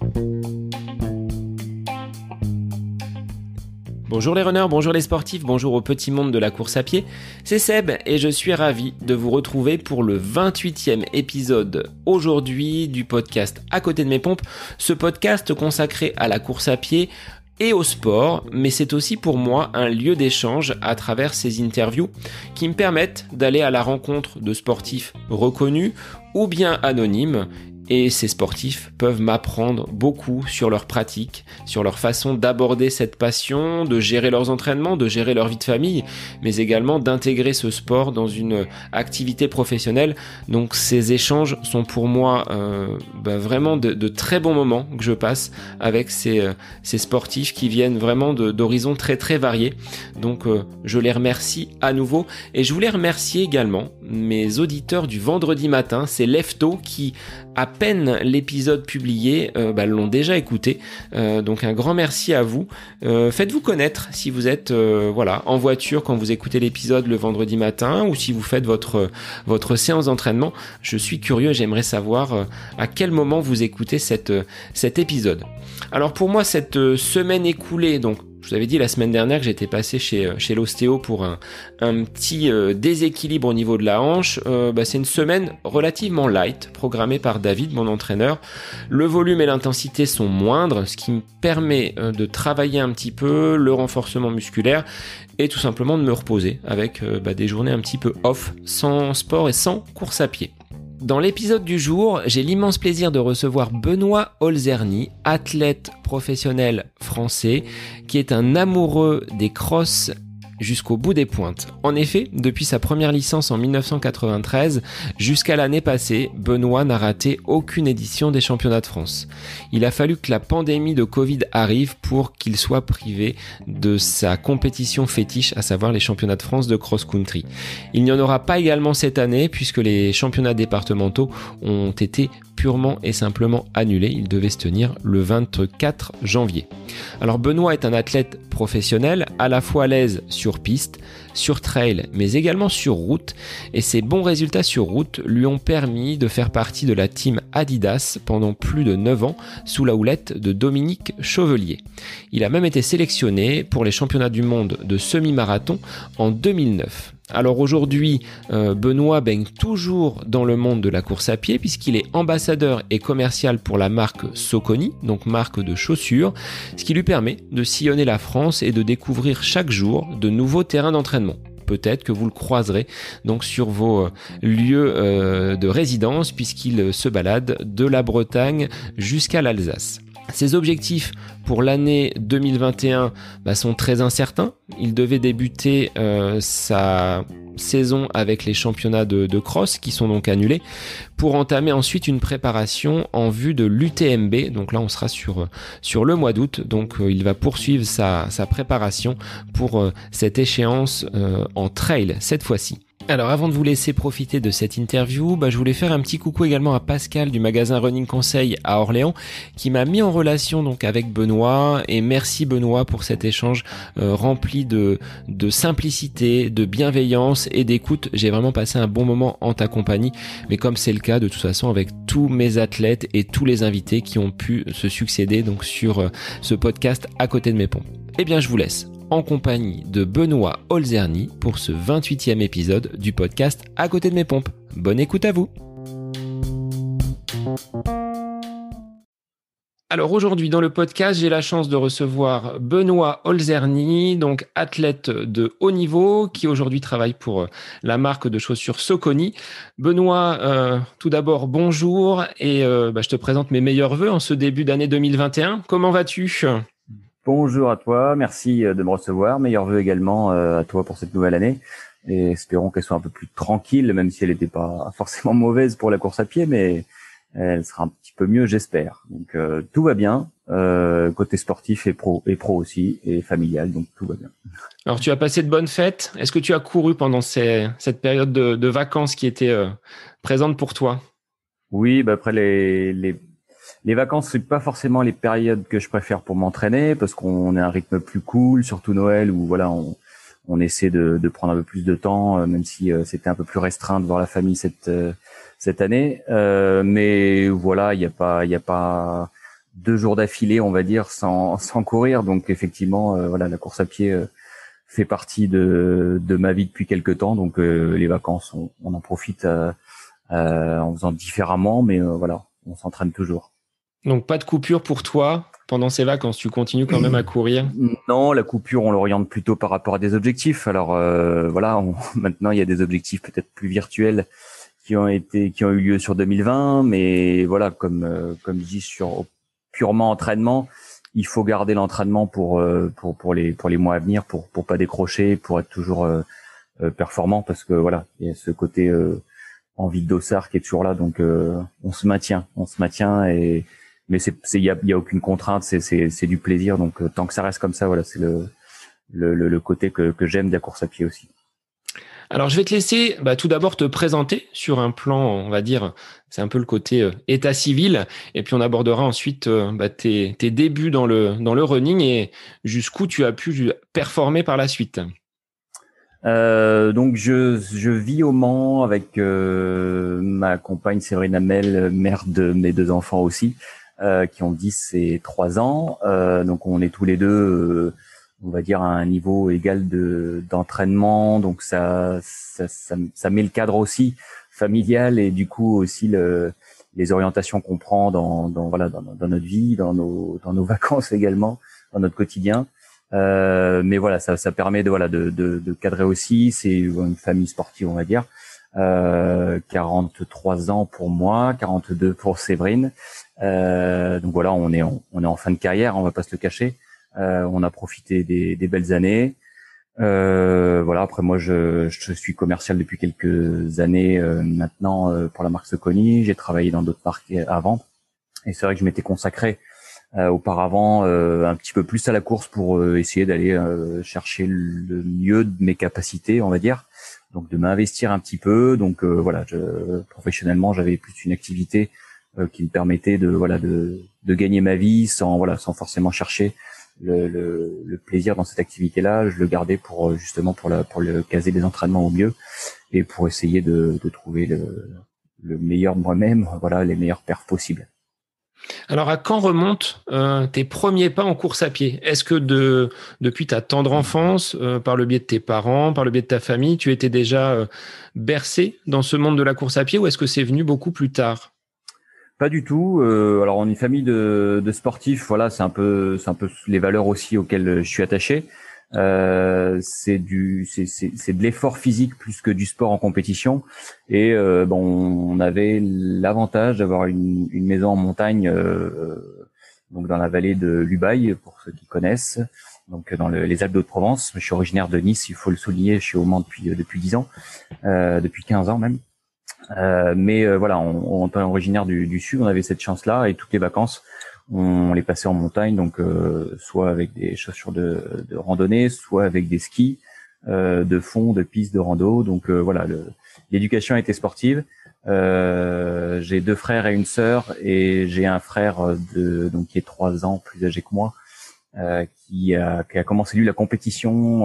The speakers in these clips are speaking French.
Bonjour les runners, bonjour les sportifs, bonjour au petit monde de la course à pied, c'est Seb et je suis ravi de vous retrouver pour le 28e épisode aujourd'hui du podcast À côté de mes pompes, ce podcast consacré à la course à pied et au sport, mais c'est aussi pour moi un lieu d'échange à travers ces interviews qui me permettent d'aller à la rencontre de sportifs reconnus ou bien anonymes. Et ces sportifs peuvent m'apprendre beaucoup sur leur pratique, sur leur façon d'aborder cette passion, de gérer leurs entraînements, de gérer leur vie de famille, mais également d'intégrer ce sport dans une activité professionnelle. Donc ces échanges sont pour moi vraiment de très bons moments que je passe avec ces sportifs qui viennent vraiment d'horizons très très variés. Donc je les remercie à nouveau et je voulais remercier également mes auditeurs du vendredi matin, c'est Lefto qui à peine l'épisode publié l'ont déjà écouté, donc un grand merci à vous. Faites-vous connaître si vous êtes en voiture quand vous écoutez l'épisode le vendredi matin ou si vous faites votre séance d'entraînement. Je suis curieux, j'aimerais savoir à quel moment vous écoutez cet épisode. Alors pour moi cette semaine écoulée, donc je vous avais dit la semaine dernière que j'étais passé chez l'ostéo pour un petit déséquilibre au niveau de la hanche. C'est une semaine relativement light, programmée par David, mon entraîneur. Le volume et l'intensité sont moindres, ce qui me permet de travailler un petit peu le renforcement musculaire et tout simplement de me reposer avec des journées un petit peu off, sans sport et sans course à pied. Dans l'épisode du jour, j'ai l'immense plaisir de recevoir Benoît Olzerny, athlète professionnel français, qui est un amoureux des crosses jusqu'au bout des pointes. En effet, depuis sa première licence en 1993 jusqu'à l'année passée, Benoît n'a raté aucune édition des championnats de France. Il a fallu que la pandémie de Covid arrive pour qu'il soit privé de sa compétition fétiche, à savoir les championnats de France de cross-country. Il n'y en aura pas également cette année puisque les championnats départementaux ont été purement et simplement annulés. Il devait se tenir le 24 janvier. Alors Benoît est un athlète professionnel, à la fois à l'aise sur piste, sur trail, mais également sur route. Et ses bons résultats sur route lui ont permis de faire partie de la team Adidas pendant plus de 9 ans sous la houlette de Dominique Chauvelier. Il a même été sélectionné pour les championnats du monde de semi-marathon en 2009. Alors aujourd'hui, Benoît baigne toujours dans le monde de la course à pied puisqu'il est ambassadeur et commercial pour la marque Saucony, donc marque de chaussures, ce qui lui permet de sillonner la France et de découvrir chaque jour de nouveaux terrains d'entraînement. Peut-être que vous le croiserez donc sur vos lieux de résidence puisqu'il se balade de la Bretagne jusqu'à l'Alsace. Ses objectifs pour l'année 2021 sont très incertains. Il devait débuter sa saison avec les championnats de cross qui sont donc annulés pour entamer ensuite une préparation en vue de l'UTMB. Donc là on sera sur le mois d'août. Donc il va poursuivre sa préparation pour cette échéance en trail cette fois-ci. Alors avant de vous laisser profiter de cette interview, je voulais faire un petit coucou également à Pascal du magasin Running Conseil à Orléans qui m'a mis en relation donc avec Benoît, et merci Benoît pour cet échange rempli de simplicité, de bienveillance et d'écoute. J'ai vraiment passé un bon moment en ta compagnie, mais comme c'est le cas de toute façon avec tous mes athlètes et tous les invités qui ont pu se succéder donc sur ce podcast À côté de mes pompes. Eh bien je vous laisse en compagnie de Benoît Olzerny pour ce 28e épisode du podcast À côté de mes pompes. Bonne écoute à vous. Alors aujourd'hui dans le podcast, j'ai la chance de recevoir Benoît Olzerny, donc athlète de haut niveau qui aujourd'hui travaille pour la marque de chaussures Saucony. Benoît, tout d'abord bonjour et je te présente mes meilleurs vœux en ce début d'année 2021. Comment vas-tu ? Bonjour à toi, merci de me recevoir. Meilleurs vœux également à toi pour cette nouvelle année. Et espérons qu'elle soit un peu plus tranquille, même si elle n'était pas forcément mauvaise pour la course à pied, mais elle sera un petit peu mieux, j'espère. Donc tout va bien, côté sportif et pro aussi, et familial, donc tout va bien. Alors tu as passé de bonnes fêtes. Est-ce que tu as couru pendant cette période de vacances qui était présente pour toi ? Oui, après les vacances, c'est pas forcément les périodes que je préfère pour m'entraîner parce qu'on est à un rythme plus cool, surtout Noël où voilà, on essaie de prendre un peu plus de temps, même si c'était un peu plus restreint de voir la famille cette année. Mais voilà, il y a pas 2 jours d'affilée, on va dire, sans courir. Donc effectivement, voilà, la course à pied fait partie de ma vie depuis quelque temps. Donc les vacances, on en profite en faisant différemment, mais voilà, on s'entraîne toujours. Donc pas de coupure pour toi pendant ces vacances, tu continues quand même à courir? Non, la coupure, on l'oriente plutôt par rapport à des objectifs. Alors voilà, maintenant il y a des objectifs peut-être plus virtuels qui ont eu lieu sur 2020, mais voilà, comme je dis, sur purement entraînement, il faut garder l'entraînement pour les mois à venir, pour pas décrocher, pour être toujours performant, parce que voilà, il y a ce côté envie de dossard qui est toujours là, donc on se maintient et mais il y a aucune contrainte, c'est du plaisir, donc tant que ça reste comme ça, voilà, c'est le côté que j'aime de la course à pied aussi. Alors, je vais te laisser tout d'abord te présenter sur un plan, on va dire, c'est un peu le côté état civil, et puis on abordera ensuite tes débuts dans le running et jusqu'où tu as pu performer par la suite. Donc je vis au Mans avec ma compagne Séverine Hamel, mère de mes 2 enfants aussi, qui ont 10 et 3 ans. Donc on est tous les deux, on va dire, à un niveau égal d'entraînement. Donc ça met le cadre aussi familial et du coup aussi les orientations qu'on prend dans notre vie, dans nos vacances également, dans notre quotidien. Mais voilà, ça permet de cadrer aussi. C'est une famille sportive, on va dire. 43 ans pour moi, 42 pour Séverine. Donc voilà, on est en fin de carrière, on va pas se le cacher. On a profité des belles années. Voilà, après moi je suis commercial depuis quelques années maintenant pour la marque Saucony. J'ai travaillé dans d'autres marques avant. Et c'est vrai que je m'étais consacré auparavant un petit peu plus à la course pour essayer d'aller chercher le mieux de mes capacités, on va dire. Donc de m'investir un petit peu. Donc voilà, professionnellement, j'avais plus une activité qui me permettait de gagner ma vie sans forcément chercher le plaisir dans cette activité-là. Je le gardais pour justement pour le caser des entraînements au mieux et pour essayer de trouver le meilleur de moi-même, voilà, les meilleurs perfs possibles. Alors, à quand remontent tes premiers pas en course à pied? Est-ce que depuis ta tendre enfance, par le biais de tes parents, par le biais de ta famille, tu étais déjà bercé dans ce monde de la course à pied ou est-ce que c'est venu beaucoup plus tard? Pas du tout. Alors, on est une famille de sportifs. Voilà, c'est un peu les valeurs aussi auxquelles je suis attaché. C'est de l'effort physique plus que du sport en compétition. Et on avait l'avantage d'avoir une maison en montagne, donc dans la vallée de l'Ubaye, pour ceux qui connaissent, donc dans les Alpes d'Haute-Provence. Je suis originaire de Nice, il faut le souligner. Je suis au Mans depuis 10 ans, depuis 15 ans même. Mais voilà, on est originaire du sud, on avait cette chance-là et toutes les vacances, on les passait en montagne, donc soit avec des chaussures de randonnée, soit avec des skis de fond, de piste, de rando. Donc voilà, l'éducation a été sportive. J'ai 2 frères et une sœur et j'ai un frère qui est 3 ans plus âgé que moi, qui a commencé lui la compétition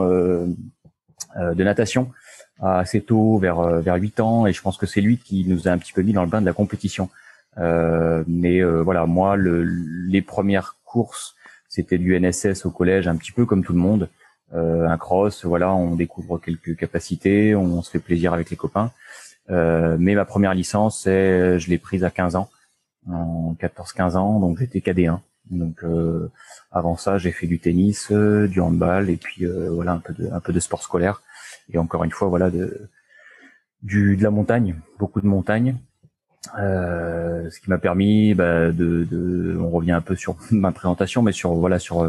de natation assez tôt, vers 8 ans, et je pense que c'est lui qui nous a un petit peu mis dans le bain de la compétition. Mais voilà, moi, les premières courses, c'était du NSS au collège, un petit peu comme tout le monde. Un cross, voilà, on découvre quelques capacités, on se fait plaisir avec les copains. Mais ma première licence, je l'ai prise à 15 ans, en 14-15 ans, donc j'étais KD1. Donc avant ça, j'ai fait du tennis, du handball, et puis voilà, un peu de sport scolaire. Et encore une fois, voilà, de la montagne, beaucoup de montagne. Ce qui m'a permis on revient un peu sur ma présentation, mais sur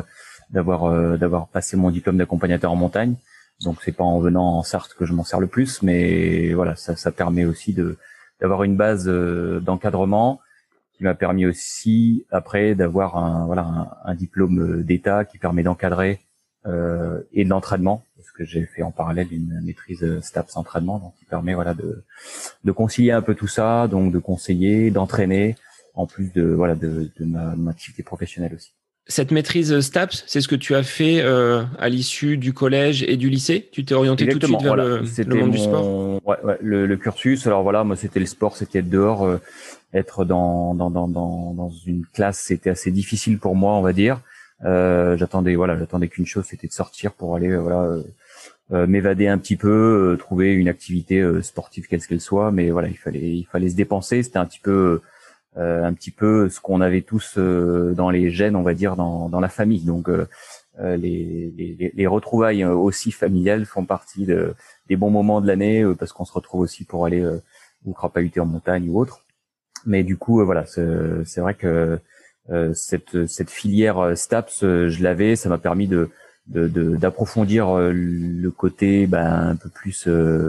d'avoir passé mon diplôme d'accompagnateur en montagne. Donc c'est pas en venant en Sarthe que je m'en sers le plus, mais voilà, ça permet aussi d'avoir une base d'encadrement qui m'a permis aussi après d'avoir un diplôme d'État qui permet d'encadrer et de l'entraînement, parce que j'ai fait en parallèle une maîtrise STAPS entraînement, donc qui permet de concilier un peu tout ça, donc de conseiller, d'entraîner, en plus de ma activité professionnelle aussi. Cette maîtrise STAPS, c'est ce que tu as fait à l'issue du collège et du lycée? Tu t'es orienté Exactement, tout de suite vers voilà. le C'était monde du sport? le cursus. Alors voilà, moi c'était le sport, c'était être dehors, être dans une classe, c'était assez difficile pour moi, on va dire. J'attendais qu'une chose, c'était de sortir pour aller m'évader un petit peu, trouver une activité sportive quelle qu'elle soit. Mais voilà, il fallait se dépenser. C'était un petit peu ce qu'on avait tous dans les gènes, on va dire, dans la famille. Donc les retrouvailles aussi familiales font partie des bons moments de l'année parce qu'on se retrouve aussi pour aller ou crapahuter en montagne ou autre. Mais du coup, voilà, c'est vrai que cette filière STAPS, je l'avais, ça m'a permis d'approfondir le côté un peu plus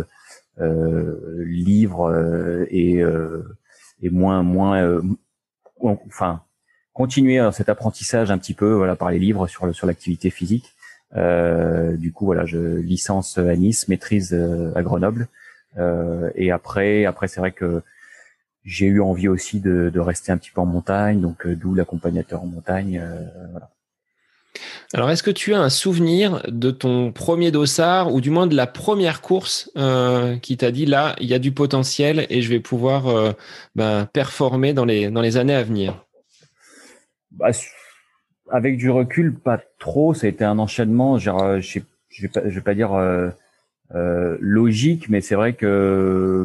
livre et enfin continuer cet apprentissage un petit peu voilà par les livres sur l'activité physique. Du coup voilà, je licence à Nice, maîtrise à Grenoble, et après c'est vrai que j'ai eu envie aussi de rester un petit peu en montagne, donc d'où l'accompagnateur en montagne. Voilà. Alors, est-ce que tu as un souvenir de ton premier dossard ou du moins de la première course qui t'a dit là, il y a du potentiel et je vais pouvoir performer dans les années à venir? Avec du recul, pas trop. Ça a été un enchaînement. Genre, je vais pas dire logique, mais c'est vrai que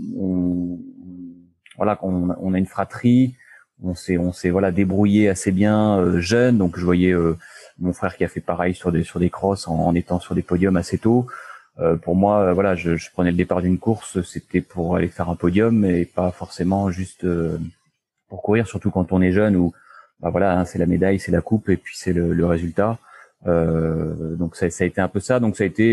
on a une fratrie. On s'est voilà débrouillé assez bien jeune. Donc je voyais mon frère qui a fait pareil sur des crosses en étant sur des podiums assez tôt. Pour moi, voilà, je prenais le départ d'une course, c'était pour aller faire un podium et pas forcément juste pour courir, surtout quand on est jeune où voilà, hein, c'est la médaille, c'est la coupe et puis c'est le résultat. Donc ça a été un peu ça. Donc ça a été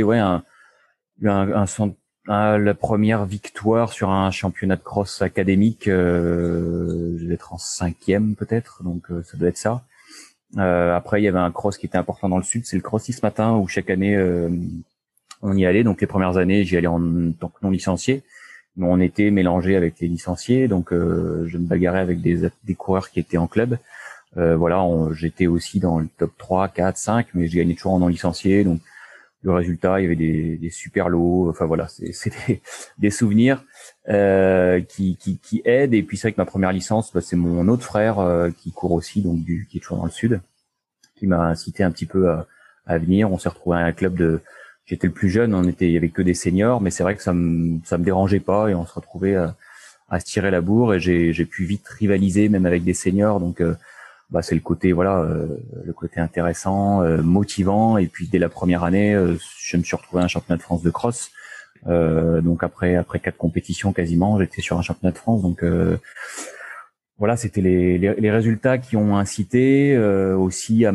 la première victoire sur un championnat de cross académique. Je vais être en 5e peut-être, donc ça doit être ça. Après, il y avait un cross qui était important dans le sud, c'est le cross ce matin où chaque année on y allait. Donc les premières années, j'y allais en tant que non licencié, mais on était mélangé avec les licenciés. Donc je me bagarrais avec des coureurs qui étaient en club. J'étais aussi dans le top 3, 4, 5, mais je gagnais toujours en non licencié. Donc le résultat, il y avait des super lots. Enfin voilà, c'est des souvenirs qui aident. Et puis c'est vrai que ma première licence, c'est mon autre frère qui court aussi, donc qui est toujours dans le sud, qui m'a incité un petit peu à venir. On s'est retrouvé à un club j'étais le plus jeune, il y avait que des seniors, mais c'est vrai que ça me dérangeait pas et on se retrouvait à se tirer la bourre et j'ai pu vite rivaliser même avec des seniors. Donc c'est le côté le côté intéressant, motivant. Et puis dès la première année, je me suis retrouvé à un championnat de France de cross. Donc après 4 compétitions quasiment, j'étais sur un championnat de France. Donc voilà, c'était les résultats qui ont incité aussi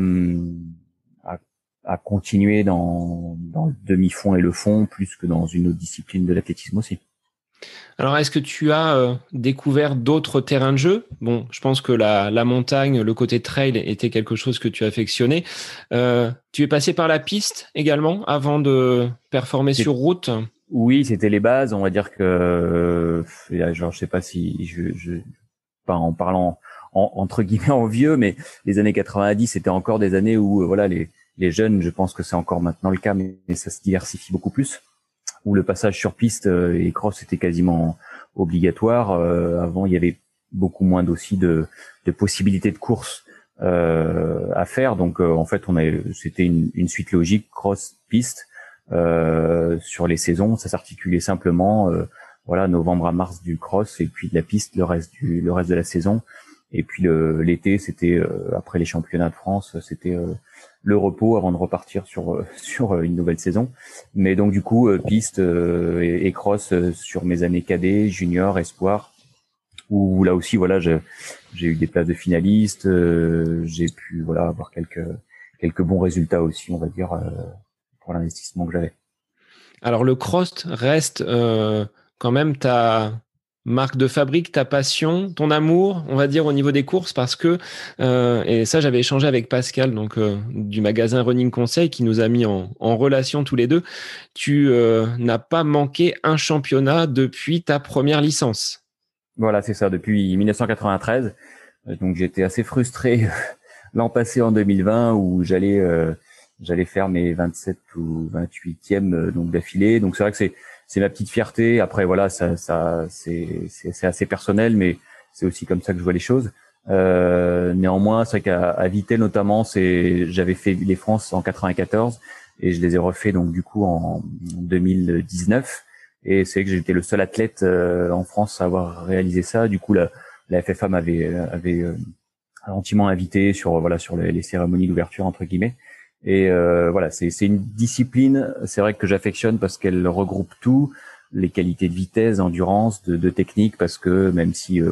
à continuer dans le demi-fond et le fond plus que dans une autre discipline de l'athlétisme aussi. Alors, est-ce que tu as découvert d'autres terrains de jeu? Bon, je pense que la montagne, le côté trail était quelque chose que tu affectionnais. Tu es passé par la piste également avant de performer sur route? Oui, c'était les bases. On va dire que, je sais pas si pas en parlant entre guillemets en vieux, mais les années 90, c'était encore des années où voilà les jeunes, je pense que c'est encore maintenant le cas, mais ça se diversifie beaucoup plus. Où le passage sur piste et cross était quasiment obligatoire. Avant, il y avait beaucoup moins aussi de possibilités de course à faire. Donc, en fait, c'était une suite logique cross piste sur les saisons. Ça s'articulait simplement, novembre à mars du cross et puis de la piste le reste de la saison. Et puis l'été, c'était après les championnats de France, c'était le repos avant de repartir sur une nouvelle saison. Mais donc du coup piste et cross sur mes années cadets, junior, espoir, où là aussi voilà j'ai eu des places de finaliste, j'ai pu avoir quelques bons résultats aussi, on va dire, pour l'investissement que j'avais. Alors le cross reste quand même ta marque de fabrique, ta passion, ton amour, on va dire, au niveau des courses, parce que, et ça j'avais échangé avec Pascal, donc du magasin Running Conseil, qui nous a mis en relation tous les deux. Tu n'as pas manqué un championnat depuis ta première licence. Voilà, c'est ça, depuis 1993. Donc j'étais assez frustré l'an passé en 2020 où j'allais faire mes 27 ou 28e donc d'affilée. Donc c'est vrai que c'est ma petite fierté. Après voilà, ça c'est assez personnel, mais c'est aussi comme ça que je vois les choses. Néanmoins, c'est vrai qu'à Vittel notamment, j'avais fait les France en 94 et je les ai refait donc du coup en 2019. Et c'est que j'étais le seul athlète en France à avoir réalisé ça. Du coup, la FFA m'avait gentiment invité sur les cérémonies d'ouverture entre guillemets. Et voilà, c'est une discipline, c'est vrai que j'affectionne parce qu'elle regroupe tout, les qualités de vitesse, d'endurance, de technique, parce que même si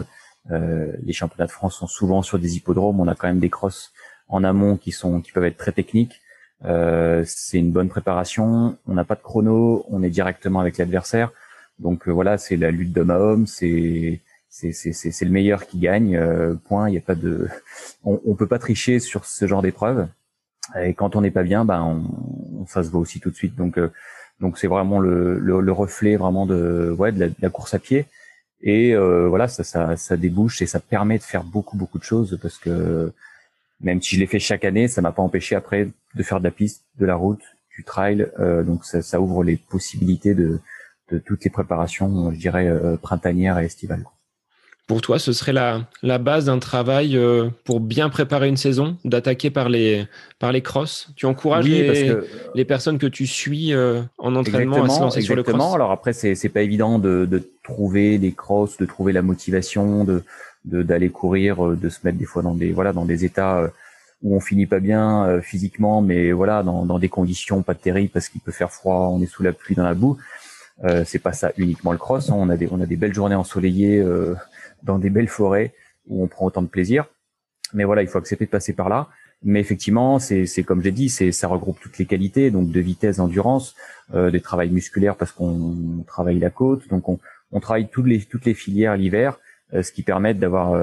les championnats de France sont souvent sur des hippodromes, on a quand même des crosses en amont qui peuvent être très techniques. C'est une bonne préparation, on n'a pas de chrono, on est directement avec l'adversaire. Donc voilà, c'est la lutte d'homme à homme, c'est le meilleur qui gagne. Point, il y a pas de on peut pas tricher sur ce genre d'épreuve. Et quand on n'est pas bien, ça se voit aussi tout de suite. Donc c'est vraiment le reflet vraiment de la course à pied. Et voilà, ça débouche et ça permet de faire beaucoup de choses parce que même si je l'ai fait chaque année, ça m'a pas empêché après de faire de la piste, de la route, du trail. Donc ça ouvre les possibilités de toutes les préparations, je dirais printanières et estivales. Pour toi, ce serait la base d'un travail pour bien préparer une saison, d'attaquer par les crosses. Tu encourages Oui, parce que les personnes que tu suis en entraînement à se exactement. lancer sur le cross? Alors après, c'est pas évident de trouver les crosses, de trouver la motivation, d'aller courir, de se mettre des fois dans des états où on finit pas bien physiquement, mais voilà, dans des conditions pas terribles parce qu'il peut faire froid, on est sous la pluie, dans la boue. C'est pas ça uniquement le cross. Hein. On a des belles journées ensoleillées dans des belles forêts où on prend autant de plaisir. Mais voilà, il faut accepter de passer par là. Mais effectivement, c'est comme j'ai dit, ça regroupe toutes les qualités, donc de vitesse, d'endurance, des travails musculaires parce qu'on travaille la côte, donc on travaille toutes les filières l'hiver, ce qui permet d'avoir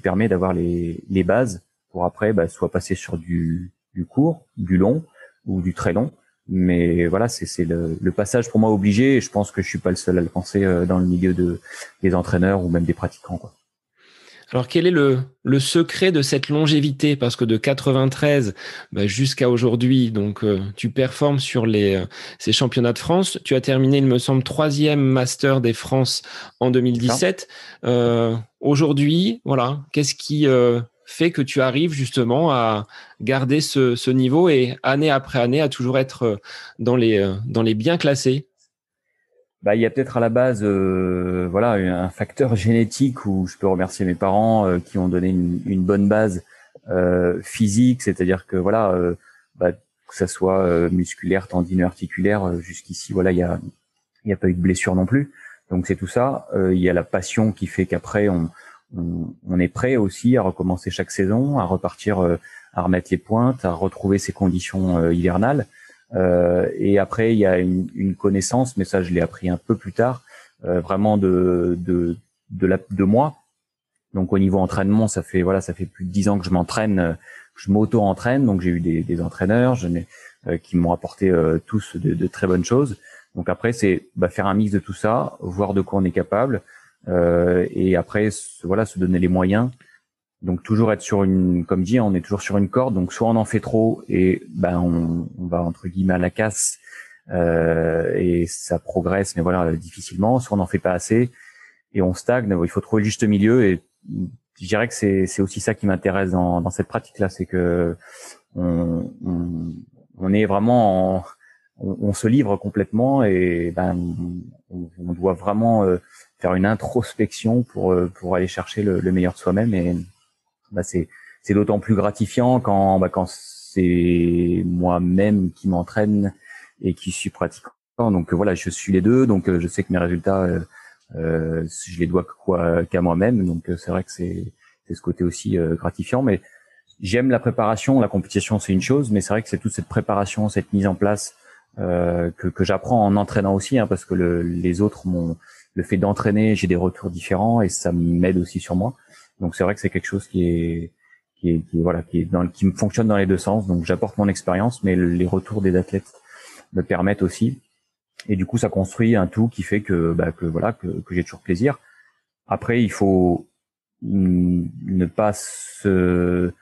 les bases pour après soit passer sur du court, du long ou du très long. Mais voilà, c'est le passage pour moi obligé et je pense que je suis pas le seul à le penser dans le milieu des entraîneurs ou même des pratiquants, quoi. Alors, quel est le secret de cette longévité? Parce que de 93 jusqu'à aujourd'hui, donc tu performes sur ces championnats de France. Tu as terminé, il me semble, 3e Master des France en 2017. Aujourd'hui, voilà, qu'est-ce qui fait que tu arrives justement à garder ce niveau et année après année à toujours être dans les bien classés? Il y a peut-être à la base, un facteur génétique où je peux remercier mes parents qui ont donné une bonne base physique, c'est-à-dire que que ça soit musculaire, tendineux, articulaire, jusqu'ici, il y a pas eu de blessure non plus. Donc c'est tout ça. Il y a la passion qui fait qu'après on est prêt aussi à recommencer chaque saison, à repartir, à remettre les pointes, à retrouver ses conditions hivernales. Et après il y a une connaissance, mais ça je l'ai appris un peu plus tard, vraiment de moi. Donc au niveau entraînement, ça fait plus de 10 ans que je m'entraîne, que je m'auto-entraîne. Donc j'ai eu des entraîneurs, qui m'ont apporté tous de très bonnes choses. Donc après c'est faire un mix de tout ça, voir de quoi on est capable, et après se donner les moyens. Donc toujours être comme dit, on est toujours sur une corde. Donc soit on en fait trop et on va entre guillemets à la casse et ça progresse, mais voilà difficilement. Soit on n'en fait pas assez et on stagne. Il faut trouver le juste milieu et je dirais que c'est aussi ça qui m'intéresse dans cette pratique-là, c'est que on est vraiment on se livre complètement et on doit vraiment faire une introspection pour aller chercher le meilleur de soi-même et c'est d'autant plus gratifiant quand c'est moi-même qui m'entraîne et qui suis pratiquant. Donc voilà, je suis les deux, donc je sais que mes résultats je les dois qu'à moi-même. Donc c'est vrai que c'est ce côté aussi gratifiant. Mais j'aime la préparation, la compétition c'est une chose, mais c'est vrai que c'est toute cette préparation, cette mise en place que j'apprends en entraînant aussi, hein, parce que les autres le fait d'entraîner, j'ai des retours différents et ça m'aide aussi sur moi. Donc c'est vrai que c'est quelque chose qui me fonctionne dans les deux sens. Donc j'apporte mon expérience, mais les retours des athlètes me permettent aussi. Et du coup, ça construit un tout qui fait que j'ai toujours plaisir. Après, il faut ne pas se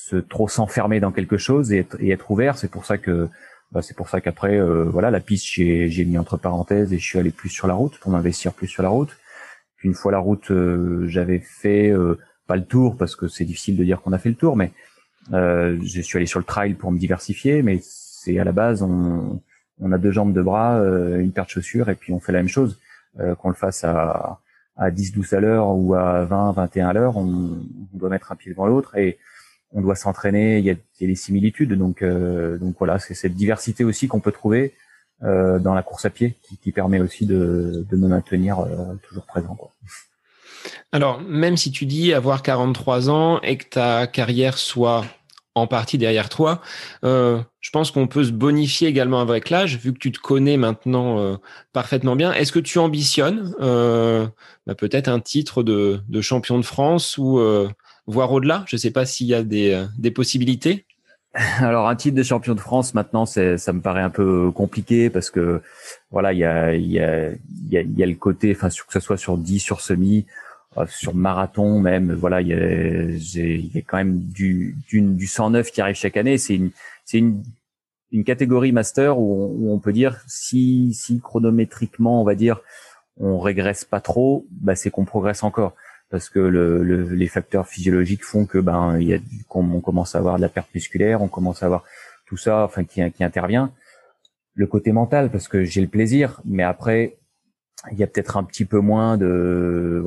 trop s'enfermer dans quelque chose et être ouvert. C'est pour ça qu'après voilà, la piste j'ai mis entre parenthèses et je suis allé plus sur la route pour m'investir plus sur la route. Puis une fois la route, j'avais fait pas le tour parce que c'est difficile de dire qu'on a fait le tour, mais je suis allé sur le trail pour me diversifier. Mais c'est à la base, on a 2 jambes, 2 bras, une paire de chaussures et puis on fait la même chose. Qu'on le fasse à 10-12 à l'heure ou à 20-21 à l'heure, on doit mettre un pied devant l'autre et on doit s'entraîner. Il y a des similitudes, donc voilà, c'est cette diversité aussi qu'on peut trouver dans la course à pied qui permet aussi de me maintenir toujours présent, quoi. Alors, même si tu dis avoir 43 ans et que ta carrière soit en partie derrière toi, je pense qu'on peut se bonifier également avec l'âge, vu que tu te connais maintenant parfaitement bien. Est-ce que tu ambitionnes peut-être un titre de champion de France ou voire au-delà? Je ne sais pas s'il y a des possibilités. Alors un titre de champion de France maintenant, ça me paraît un peu compliqué parce que voilà, il y a le côté, enfin que ce soit sur 10, sur semi, sur marathon même, voilà, il y a quand même du 109 qui arrive chaque année. C'est une catégorie master où on peut dire si chronométriquement on va dire on régresse pas trop, bah c'est qu'on progresse encore. Parce que les facteurs physiologiques font que on commence à avoir de la perte musculaire, on commence à avoir tout ça, enfin qui intervient. Le côté mental, parce que j'ai le plaisir, mais après il y a peut-être un petit peu moins de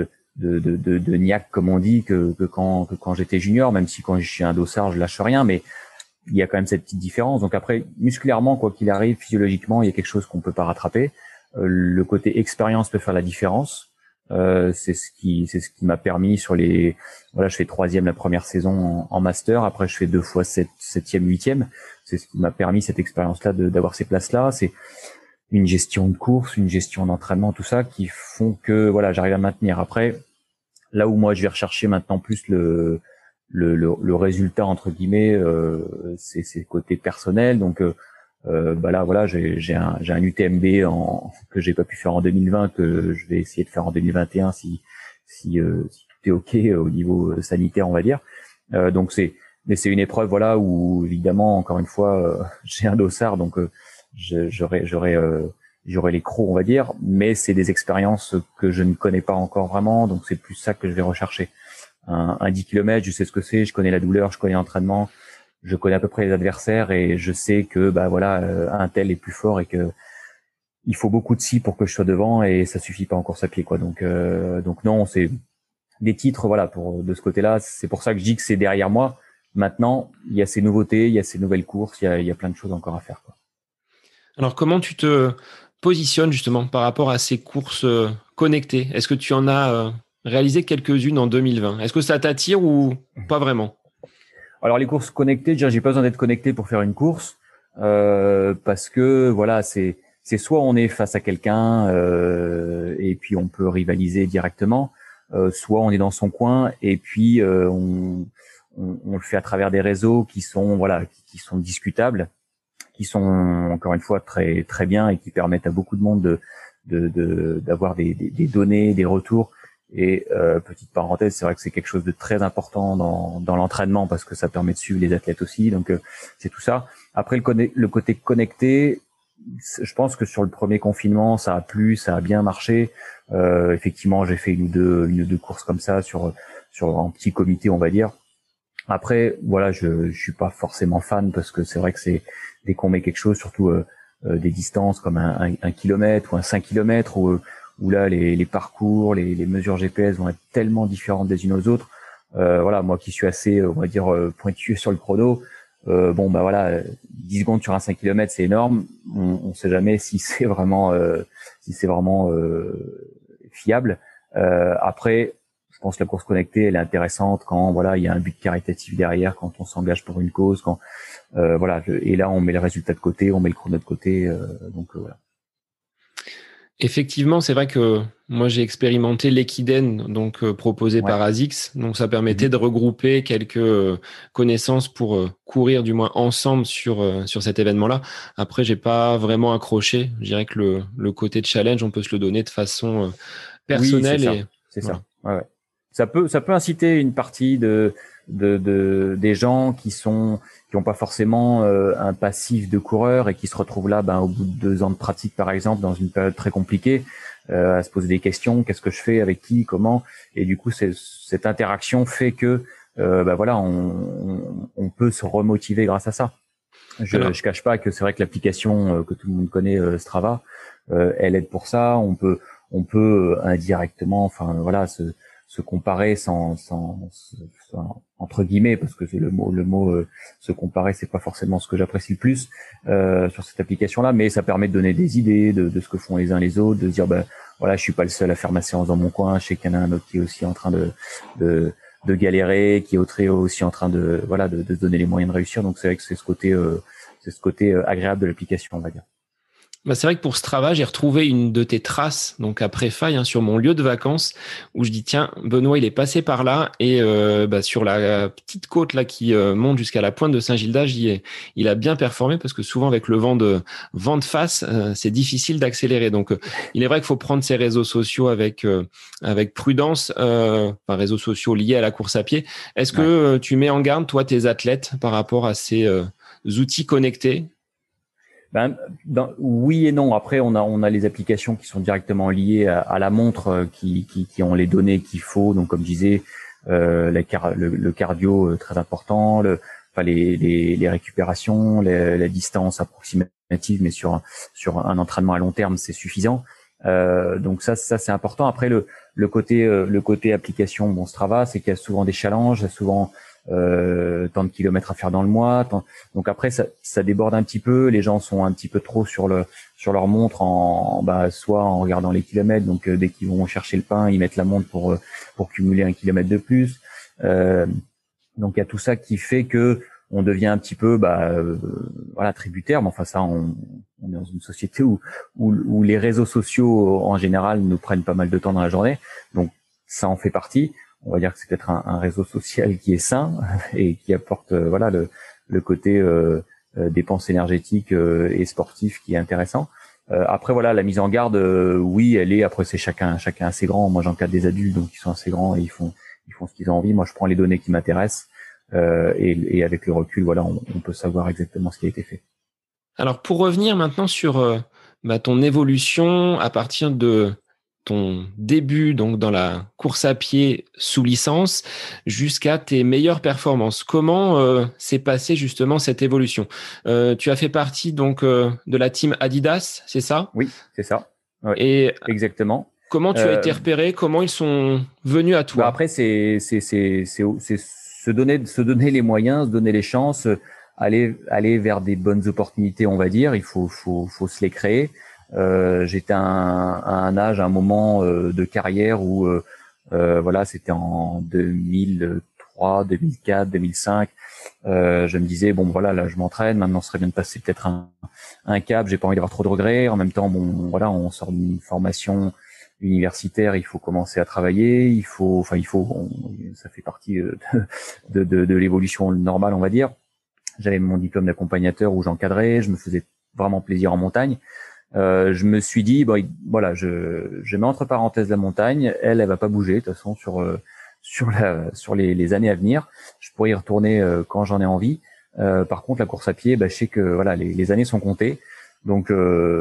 niaque comme on dit que quand j'étais junior, même si quand je suis un dossard je lâche rien, mais il y a quand même cette petite différence. Donc après musculairement quoi qu'il arrive, physiologiquement il y a quelque chose qu'on peut pas rattraper. Le côté expérience peut faire la différence. C'est ce qui m'a permis sur je fais 3e la première saison en master, après je fais 2 fois 7e, 8e. C'est ce qui m'a permis cette expérience-là d'avoir ces places-là. C'est une gestion de course, une gestion d'entraînement, tout ça qui font que voilà, j'arrive à maintenir. Après, là où moi je vais rechercher maintenant plus le résultat entre guillemets, c'est le côté personnel. Donc là voilà, j'ai un UTMB que j'ai pas pu faire en 2020, que je vais essayer de faire en 2021 si tout est ok au niveau sanitaire on va dire. Mais c'est une épreuve voilà où évidemment encore une fois j'ai un dossard, donc j'aurai les crocs on va dire, mais c'est des expériences que je ne connais pas encore vraiment, donc c'est plus ça que je vais rechercher. Un 10 km, je sais ce que c'est, je connais la douleur, je connais l'entraînement, je connais à peu près les adversaires et je sais que un tel est plus fort et que il faut beaucoup de scie pour que je sois devant et ça suffit pas en course à pied quoi. Donc non, c'est des titres voilà pour de ce côté-là, c'est pour ça que je dis que c'est derrière moi. Maintenant, il y a ces nouveautés, il y a ces nouvelles courses, il y a plein de choses encore à faire quoi. Alors comment tu te positionnes justement par rapport à ces courses connectées? Est-ce que tu en as réalisé quelques-unes en 2020? Est-ce que ça t'attire ou pas vraiment? Alors les courses connectées, déjà j'ai pas besoin d'être connecté pour faire une course parce que voilà c'est soit on est face à quelqu'un et puis on peut rivaliser directement, soit on est dans son coin et puis on le fait à travers des réseaux qui sont discutables, qui sont encore une fois très très bien et qui permettent à beaucoup de monde d'avoir des données, des retours. Et petite parenthèse, c'est vrai que c'est quelque chose de très important dans l'entraînement parce que ça permet de suivre les athlètes aussi. Donc c'est tout ça. Après le côté connecté, je pense que sur le premier confinement, ça a plu, ça a bien marché. Effectivement, j'ai fait une ou deux courses comme ça sur un petit comité, on va dire. Après, voilà, je suis pas forcément fan parce que c'est vrai que c'est dès qu'on met quelque chose, surtout des distances comme un kilomètre ou un 5 kilomètres où là les parcours, les mesures GPS vont être tellement différentes des unes aux autres. Voilà, moi qui suis assez, on va dire, pointueux sur le chrono, 10 secondes sur un 5 km, c'est énorme. On sait jamais si c'est vraiment fiable. Après, je pense que la course connectée, elle est intéressante quand voilà, il y a un but caritatif derrière, quand on s'engage pour une cause, quand et là on met le résultat de côté, on met le chrono de côté, voilà. Effectivement, c'est vrai que moi j'ai expérimenté l'Equiden, donc proposé par ASICS, donc ça permettait de regrouper quelques connaissances pour courir du moins ensemble sur cet événement-là. Après, j'ai pas vraiment accroché. Je dirais que le côté de challenge, on peut se le donner de façon personnelle. Oui, c'est ça. Ouais. Ça peut inciter une partie des gens qui ont pas forcément un passif de coureur et qui se retrouvent là, au bout de 2 ans de pratique par exemple, dans une période très compliquée, à se poser des questions. Qu'est-ce que je fais, avec qui, comment? Et du coup, cette interaction fait que voilà, on peut se remotiver grâce à ça. Je cache pas que c'est vrai que l'application que tout le monde connaît, Strava, elle aide pour ça. On peut indirectement, enfin voilà, se comparer sans entre guillemets, parce que c'est le mot se comparer, c'est pas forcément ce que j'apprécie le plus sur cette application-là, mais ça permet de donner des idées de ce que font les uns les autres, de se dire voilà, je suis pas le seul à faire ma séance dans mon coin, je sais qu'il y en a un autre qui est aussi en train de galérer, qui est aussi en train de se donner les moyens de réussir. Donc c'est vrai que c'est ce côté agréable de l'application, on va dire. C'est vrai que pour Strava, j'ai retrouvé une de tes traces, donc après faille, sur mon lieu de vacances, où je dis tiens, Benoît, il est passé par là, et sur la petite côte là qui monte jusqu'à la pointe de Saint-Gildas, il a bien performé, parce que souvent avec le vent de face, c'est difficile d'accélérer. Donc il est vrai qu'il faut prendre ces réseaux sociaux avec prudence, réseaux sociaux liés à la course à pied. Est-ce que tu mets en garde toi tes athlètes par rapport à ces outils connectés? Oui et non. Après, on a les applications qui sont directement liées à la montre, qui ont les données qu'il faut. Donc, comme je disais, le cardio très important, les récupérations, la distance approximative, mais sur un entraînement à long terme, c'est suffisant. Donc ça c'est important. Après, le côté application, bon, Strava, c'est qu'il y a souvent des challenges, il y a souvent tant de kilomètres à faire dans le mois. Donc après, ça déborde un petit peu. Les gens sont un petit peu trop sur leur montre, soit en regardant les kilomètres. Donc dès qu'ils vont chercher le pain, ils mettent la montre pour cumuler 1 kilomètre de plus. Donc il y a tout ça qui fait que on devient un petit peu tributaire. Mais enfin ça, on est dans une société où les réseaux sociaux en général nous prennent pas mal de temps dans la journée. Donc ça en fait partie. On va dire que c'est peut-être un réseau social qui est sain et qui apporte le côté dépenses énergétiques et sportif qui est intéressant. Après voilà, la mise en garde, oui, elle est. Après c'est chacun assez grand. Moi j'encadre des adultes, donc ils sont assez grands et ils font ce qu'ils ont envie. Moi je prends les données qui m'intéressent et avec le recul, voilà, on peut savoir exactement ce qui a été fait. Alors pour revenir maintenant sur ton évolution à partir de ton début donc dans la course à pied sous licence jusqu'à tes meilleures performances. Comment s'est passée justement cette évolution? Tu as fait partie donc de la team Adidas, c'est ça? Oui, c'est ça. Ouais, et exactement. Comment tu as été repéré? Comment ils sont venus à toi? Après, c'est se donner les moyens, se donner les chances, aller vers des bonnes opportunités, on va dire. Il faut se les créer. J'étais à un âge, à un moment de carrière où c'était en 2003, 2004, 2005. Je me disais bon voilà, là je m'entraîne, maintenant ce serait bien de passer peut-être un cap. J'ai pas envie d'avoir trop de regrets. En même temps, bon voilà, on sort d'une formation universitaire, il faut commencer à travailler, ça fait partie de l'évolution normale, on va dire. J'avais mon diplôme d'accompagnateur où j'encadrais, je me faisais vraiment plaisir en montagne. Je me suis dit, je mets entre parenthèses la montagne, elle va pas bouger de toute façon sur les années à venir. Je pourrais y retourner quand j'en ai envie. Par contre, la course à pied, je sais que voilà, les années sont comptées. Donc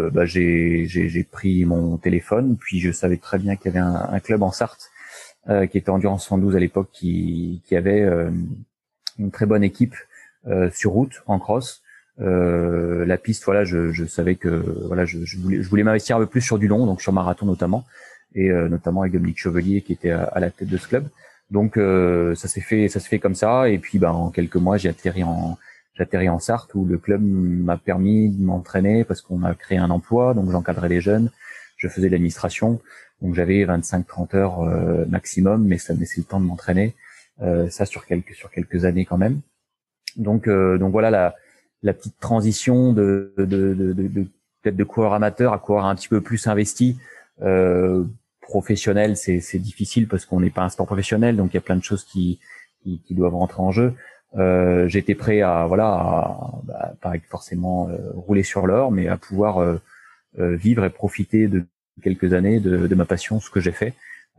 j'ai pris mon téléphone, puis je savais très bien qu'il y avait un club en Sarthe qui était Endurance 112 à l'époque, qui avait une très bonne équipe sur route en cross. La piste, voilà, je savais que voilà, je voulais m'investir un peu plus sur du long, donc sur marathon notamment, et notamment avec Dominique Chevelier qui était à la tête de ce club. Donc ça s'est fait comme ça, et puis en quelques mois j'ai atterri en Sarthe, où le club m'a permis de m'entraîner parce qu'on a créé un emploi, donc j'encadrais les jeunes, je faisais de l'administration, donc j'avais 25-30 heures maximum, mais ça me laissait le temps de m'entraîner, ça sur quelques années quand même. Donc voilà la petite transition de peut-être de coureur amateur à coureur un petit peu plus investi. Professionnel, c'est difficile parce qu'on n'est pas un sport professionnel, donc il y a plein de choses qui doivent rentrer en jeu. J'étais prêt à pas forcément rouler sur l'or, mais à pouvoir vivre et profiter de quelques années de ma passion, ce que j'ai fait.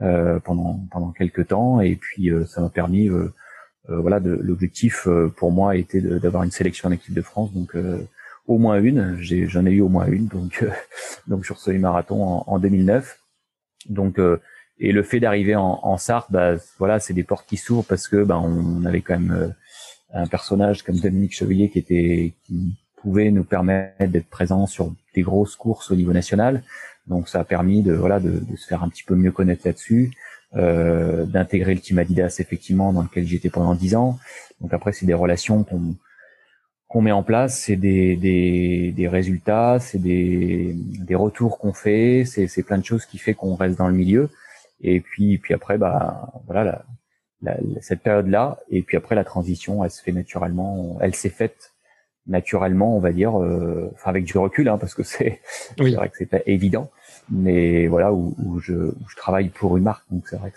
pendant quelques temps, et puis ça m'a permis voilà, l'objectif pour moi était d'avoir une sélection en équipe de France, donc au moins une. J'en ai eu au moins une, donc donc sur ce marathon en 2009. Donc et le fait d'arriver en Sarthe, bah voilà, c'est des portes qui s'ouvrent parce que bah on avait quand même un personnage comme Dominique Chevalier qui pouvait nous permettre d'être présents sur des grosses courses au niveau national. Donc ça a permis de se faire un petit peu mieux connaître là-dessus, d'intégrer le team Adidas effectivement dans lequel j'étais pendant 10 ans. Donc après c'est des relations qu'on met en place, c'est des résultats, c'est des retours qu'on fait, c'est plein de choses qui fait qu'on reste dans le milieu. Et puis après bah voilà cette période-là, et puis après la transition, elle se fait naturellement, elle s'est faite naturellement, on va dire, enfin avec du recul, hein, parce que Oui. c'est vrai que c'est pas évident, mais voilà où je travaille pour une marque, donc c'est vrai que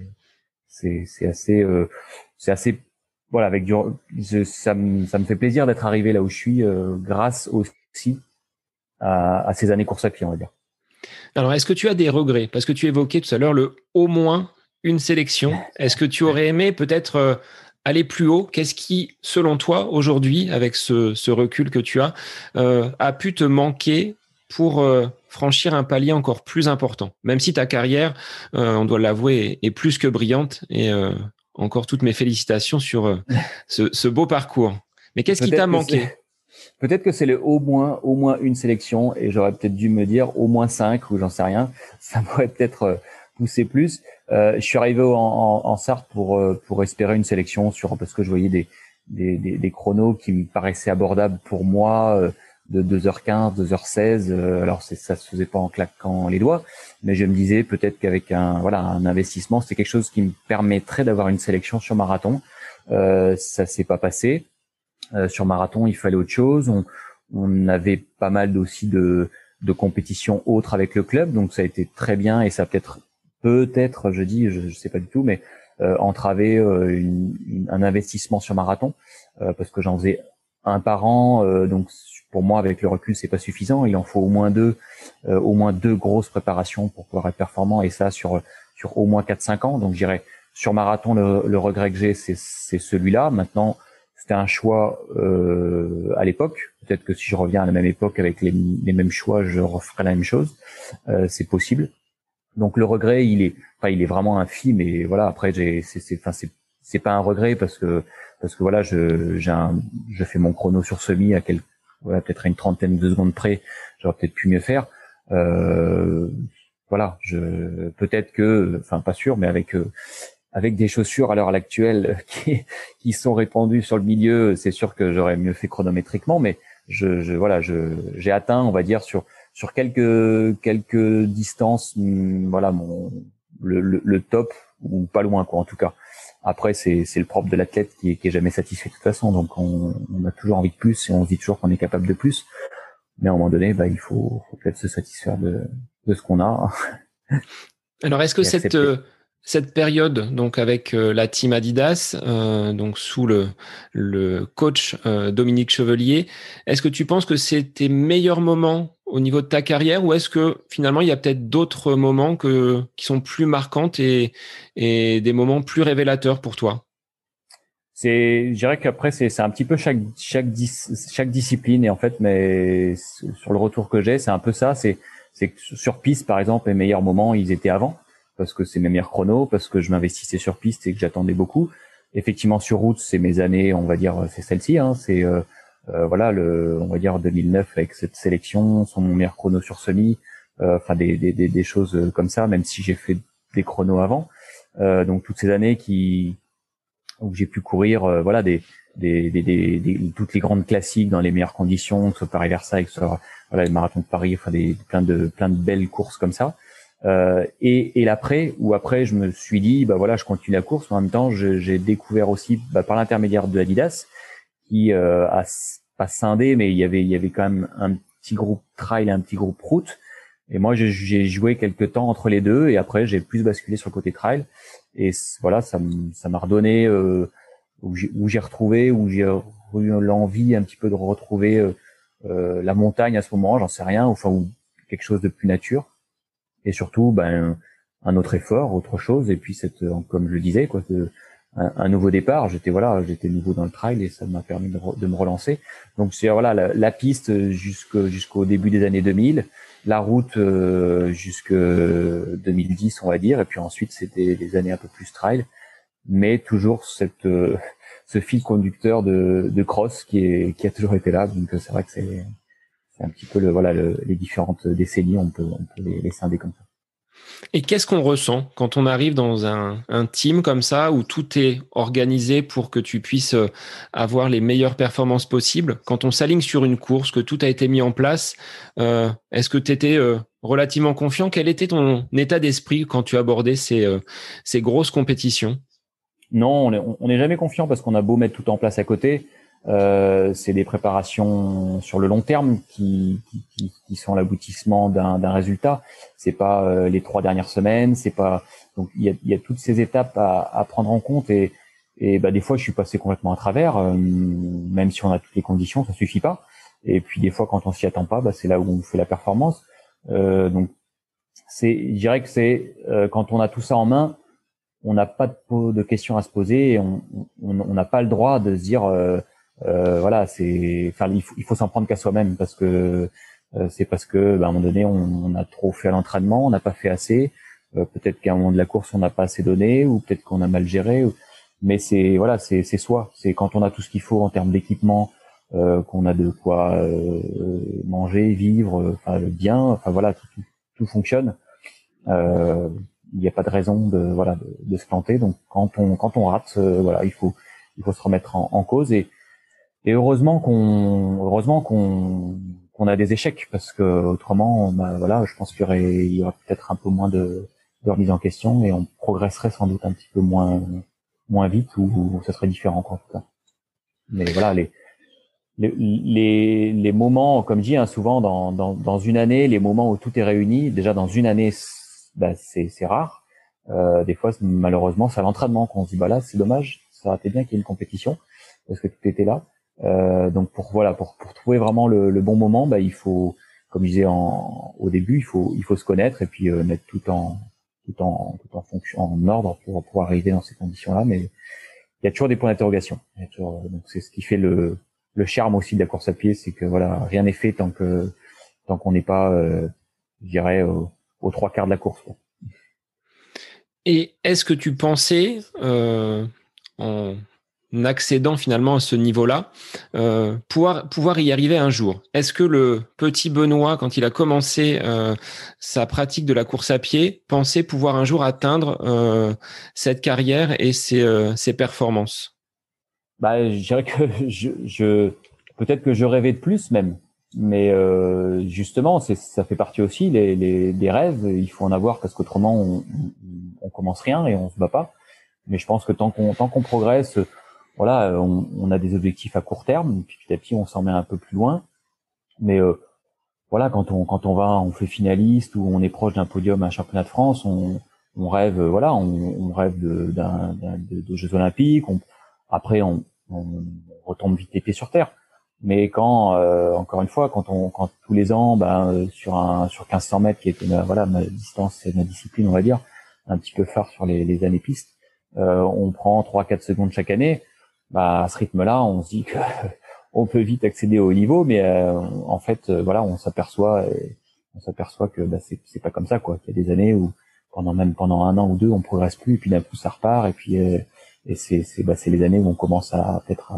c'est assez voilà avec ça me fait plaisir d'être arrivé là où je suis grâce aussi à ces années course à pied, on va dire. Alors, est-ce que tu as des regrets? Parce que tu évoquais tout à l'heure le au moins une sélection. Est-ce que tu aurais aimé peut-être aller plus haut? Qu'est-ce qui, selon toi, aujourd'hui, avec ce recul que tu as, a pu te manquer pour franchir un palier encore plus important? Même si ta carrière, on doit l'avouer, est plus que brillante, et encore toutes mes félicitations sur ce beau parcours. Mais qu'est-ce qui t'a Peut-être que manqué? peut-être que c'est le au moins une sélection, et j'aurais peut-être dû me dire au moins 5 ou j'en sais rien. Ça m'aurait peut-être poussé plus. Je suis arrivé en Sarthe pour espérer une sélection parce que je voyais des chronos qui me paraissaient abordables pour moi, de 2h15, 2h16. Alors ça se faisait pas en claquant les doigts, mais je me disais peut-être qu'avec un investissement, c'était quelque chose qui me permettrait d'avoir une sélection sur marathon. Ça s'est pas passé. Sur marathon, il fallait autre chose. On avait pas mal aussi de compétitions autres avec le club, donc ça a été très bien, et ça a peut-être, je sais pas du tout, mais entravé un investissement sur marathon, parce que j'en faisais un par an, donc pour moi avec le recul c'est pas suffisant. Il en faut au moins deux grosses préparations pour pouvoir être performant, et ça sur au moins 4-5 ans. Donc je dirais sur marathon le regret que j'ai c'est celui-là. Maintenant c'était un choix à l'époque. Peut-être que si je reviens à la même époque avec les mêmes choix, je referai la même chose. C'est possible. Donc le regret, il est vraiment infime. Et voilà, après c'est pas un regret parce que voilà, je fais mon chrono sur semi voilà, peut-être à une trentaine de secondes près. J'aurais peut-être pu mieux faire. Voilà, peut-être que, enfin pas sûr, mais avec des chaussures à l'heure actuelle qui sont répandues sur le milieu, c'est sûr que j'aurais mieux fait chronométriquement, mais j'ai atteint, on va dire, sur quelques distances, voilà, le top, ou pas loin, quoi, en tout cas. Après, c'est le propre de l'athlète qui est jamais satisfait de toute façon, donc on a toujours envie de plus, et on se dit toujours qu'on est capable de plus, mais à un moment donné, bah, il faut peut-être se satisfaire de ce qu'on a. Alors, est-ce que Et accepter. cette période, donc avec la team Adidas, donc sous le coach Dominique Chevalier, est-ce que tu penses que c'est tes meilleurs moments au niveau de ta carrière, ou est-ce que finalement il y a peut-être d'autres moments qui sont plus marquants et des moments plus révélateurs pour toi? Je dirais qu'après c'est un petit peu chaque discipline, et en fait, mais sur le retour que j'ai, c'est un peu ça. C'est que sur piste, par exemple, mes meilleurs moments, ils étaient avant, parce que c'est mes meilleurs chronos, parce que je m'investissais sur piste et que j'attendais beaucoup. Effectivement, sur route, c'est mes années, on va dire, c'est celle-ci, hein, c'est voilà, on va dire 2009 avec cette sélection, sont mon meilleur chrono sur semi, enfin des choses comme ça, même si j'ai fait des chronos avant. Donc toutes ces années où j'ai pu courir voilà toutes les grandes classiques dans les meilleures conditions, que ce soit Paris-Versailles, que ce soit voilà le marathon de Paris, enfin plein de belles courses comme ça. Et l'après, où après je me suis dit bah voilà, je continue la course, mais en même temps j'ai découvert aussi par l'intermédiaire de Adidas qui a pas scindé, mais il y avait quand même un petit groupe trail et un petit groupe route. Et moi, j'ai joué quelques temps entre les deux, et après, j'ai plus basculé sur le côté trail. Et voilà, ça m'a redonné où j'ai retrouvé, où j'ai eu l'envie un petit peu de retrouver la montagne à ce moment, j'en sais rien, enfin ou quelque chose de plus nature. Et surtout, ben un autre effort, autre chose, et puis comme je le disais, quoi, un nouveau départ. J'étais nouveau dans le trail et ça m'a permis de me relancer. Donc c'est voilà la piste jusqu'au début des années 2000, la route jusque 2010 on va dire, et puis ensuite c'était des années un peu plus trail, mais toujours ce fil conducteur de cross qui a toujours été là. Donc c'est vrai que c'est un petit peu les différentes décennies, on peut les scinder comme ça. Et qu'est-ce qu'on ressent quand on arrive dans un team comme ça, où tout est organisé pour que tu puisses avoir les meilleures performances possibles? Quand on s'aligne sur une course, que tout a été mis en place, est-ce que tu étais relativement confiant? Quel était ton état d'esprit quand tu abordais ces grosses compétitions? Non, on n'est jamais confiant parce qu'on a beau mettre tout en place à côté. C'est des préparations sur le long terme qui sont l'aboutissement d'un résultat. C'est pas les 3 dernières semaines, c'est pas. Donc il y a toutes ces étapes à prendre en compte et bah des fois je suis passé complètement à travers. Même si on a toutes les conditions, ça suffit pas. Et puis des fois quand on s'y attend pas, bah c'est là où on fait la performance. Donc je dirais que c'est quand on a tout ça en main, on n'a pas de questions à se poser et on n'a pas le droit de se dire voilà, il faut s'en prendre qu'à soi-même parce que c'est parce que à un moment donné on a trop fait à l'entraînement, on n'a pas fait assez, peut-être qu'à un moment de la course on n'a pas assez donné ou peut-être qu'on a mal géré, mais c'est soi, c'est quand on a tout ce qu'il faut en termes d'équipement, qu'on a de quoi manger, vivre, bien, voilà, tout fonctionne. Il n'y a pas de raison de se planter. Donc quand on rate, voilà, il faut se remettre en cause et heureusement qu'on a des échecs parce que autrement, voilà, je pense il y aurait peut-être un peu moins de remise en question et on progresserait sans doute un petit peu moins vite ou ça serait différent quoi, en tout cas. Mais voilà, les moments, comme je dis, hein, souvent dans une année, les moments où tout est réuni, déjà dans une année, c'est rare. Des fois, malheureusement, c'est à l'entraînement qu'on se dit, bah là, c'est dommage, ça aurait été bien qu'il y ait une compétition parce que tout était là. Donc pour trouver vraiment le bon moment, il faut, comme je disais au début, il faut se connaître et puis mettre tout en fonction, en ordre pour arriver dans ces conditions-là. Mais il y a toujours des points d'interrogation. Donc c'est ce qui fait le charme aussi de la course à pied, c'est que voilà, rien n'est fait tant qu'on n'est pas, je dirais, aux 3 quarts de la course, quoi. Et est-ce que tu pensais, en accédant finalement à ce niveau-là, pouvoir y arriver un jour? Est-ce que le petit Benoît, quand il a commencé sa pratique de la course à pied, pensait pouvoir un jour atteindre cette carrière et ses performances? Je dirais que peut-être que je rêvais de plus même, mais justement, ça fait partie aussi des rêves. Il faut en avoir parce qu'autrement on commence rien et on se bat pas. Mais je pense que tant qu'on progresse, voilà, on a des objectifs à court terme, puis petit à petit on s'en met un peu plus loin. Mais voilà, quand on fait finaliste ou on est proche d'un podium à un championnat de France, on rêve, voilà, on rêve de Jeux Olympiques. Après, on retombe vite les pieds sur terre. Mais encore une fois, quand tous les ans, sur 1500 mètres, qui était voilà ma distance, ma discipline, on va dire, un petit peu phare sur les années pistes, on prend 3-4 secondes chaque année. À ce rythme-là, on se dit que on peut vite accéder au haut niveau, mais en fait, voilà, on s'aperçoit que c'est pas comme ça, quoi. Il y a des années où pendant un an ou deux, on progresse plus, et puis d'un coup ça repart, et puis et c'est les années où on commence à peut-être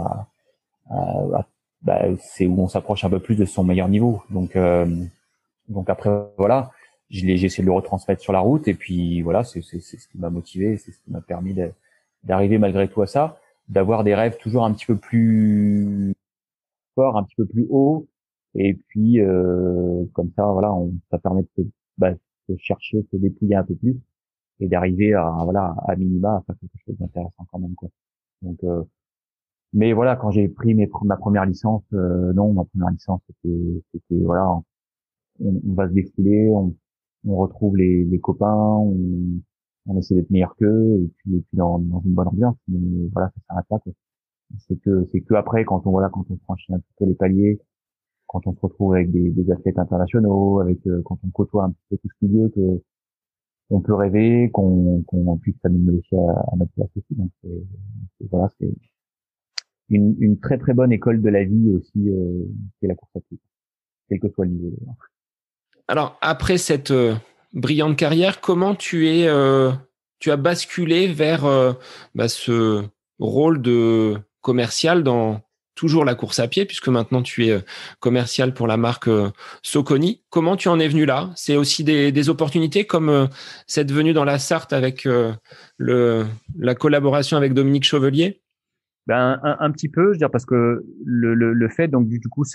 c'est où on s'approche un peu plus de son meilleur niveau. Donc après voilà, j'ai essayé de le retransmettre sur la route, et puis voilà, c'est ce qui m'a motivé, c'est ce qui m'a permis d'arriver malgré tout à ça, d'avoir des rêves toujours un petit peu plus fort, un petit peu plus haut, et puis comme ça voilà, ça permet de chercher, de se dépouiller un peu plus et d'arriver à minima à faire quelque chose d'intéressant quand même, quoi. Donc mais voilà, quand j'ai pris ma première licence, non, ma première licence c'était voilà, on va se défouler, on retrouve les copains, on essaie d'être meilleur qu'eux et puis dans une bonne ambiance, mais voilà, ça s'arrête là, quoi. C'est que après quand on franchit un petit peu les paliers, quand on se retrouve avec des athlètes internationaux, avec quand on côtoie un petit peu tout ce milieu, on peut rêver, qu'on puisse s'amener aussi à notre place aussi. Donc voilà, c'est une très très bonne école de la vie aussi, c'est la course à pied, quel que soit le niveau. Alors, après cette brillante carrière, comment tu as basculé vers ce rôle de commercial dans toujours la course à pied, puisque maintenant tu es commercial pour la marque Soconi. Comment tu en es venu là? C'est aussi des opportunités comme cette venue dans la Sarthe avec la collaboration avec Dominique Chevelier? Ben un petit peu, je veux dire, parce que le fait donc du coup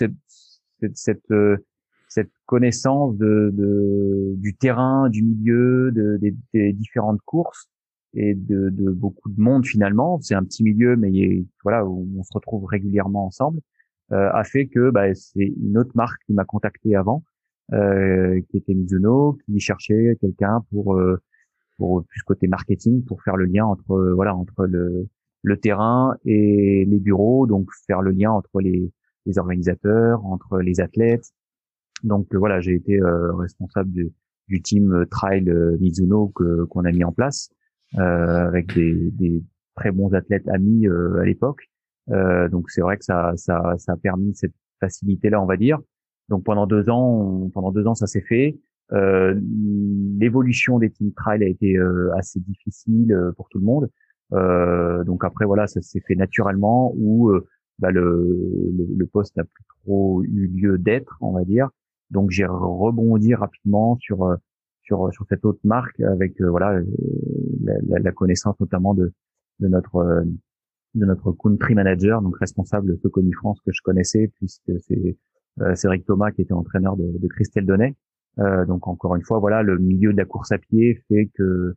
cette connaissance du terrain, du milieu, des différentes courses et de beaucoup de monde finalement. C'est un petit milieu, mais voilà, où on se retrouve régulièrement ensemble, a fait que c'est une autre marque qui m'a contacté avant, qui était Mizuno, qui cherchait quelqu'un pour plus côté marketing, pour faire le lien entre le terrain et les bureaux, donc faire le lien entre les organisateurs, entre les athlètes. Donc voilà, j'ai été responsable du team Trail Mizuno qu'on a mis en place, avec des très bons athlètes amis à l'époque. Donc c'est vrai que ça a permis cette facilité-là, on va dire. Donc pendant 2 ans, ça s'est fait. L'évolution des team trail a été assez difficile pour tout le monde. Donc après voilà, ça s'est fait naturellement où le poste n'a plus trop eu lieu d'être, on va dire. Donc j'ai rebondi rapidement sur cette autre marque avec la connaissance notamment de notre country manager, donc responsable de Soconi France, que je connaissais puisque c'est Eric Thomas qui était entraîneur de Christelle Donnet. Donc encore une fois, voilà, le milieu de la course à pied fait que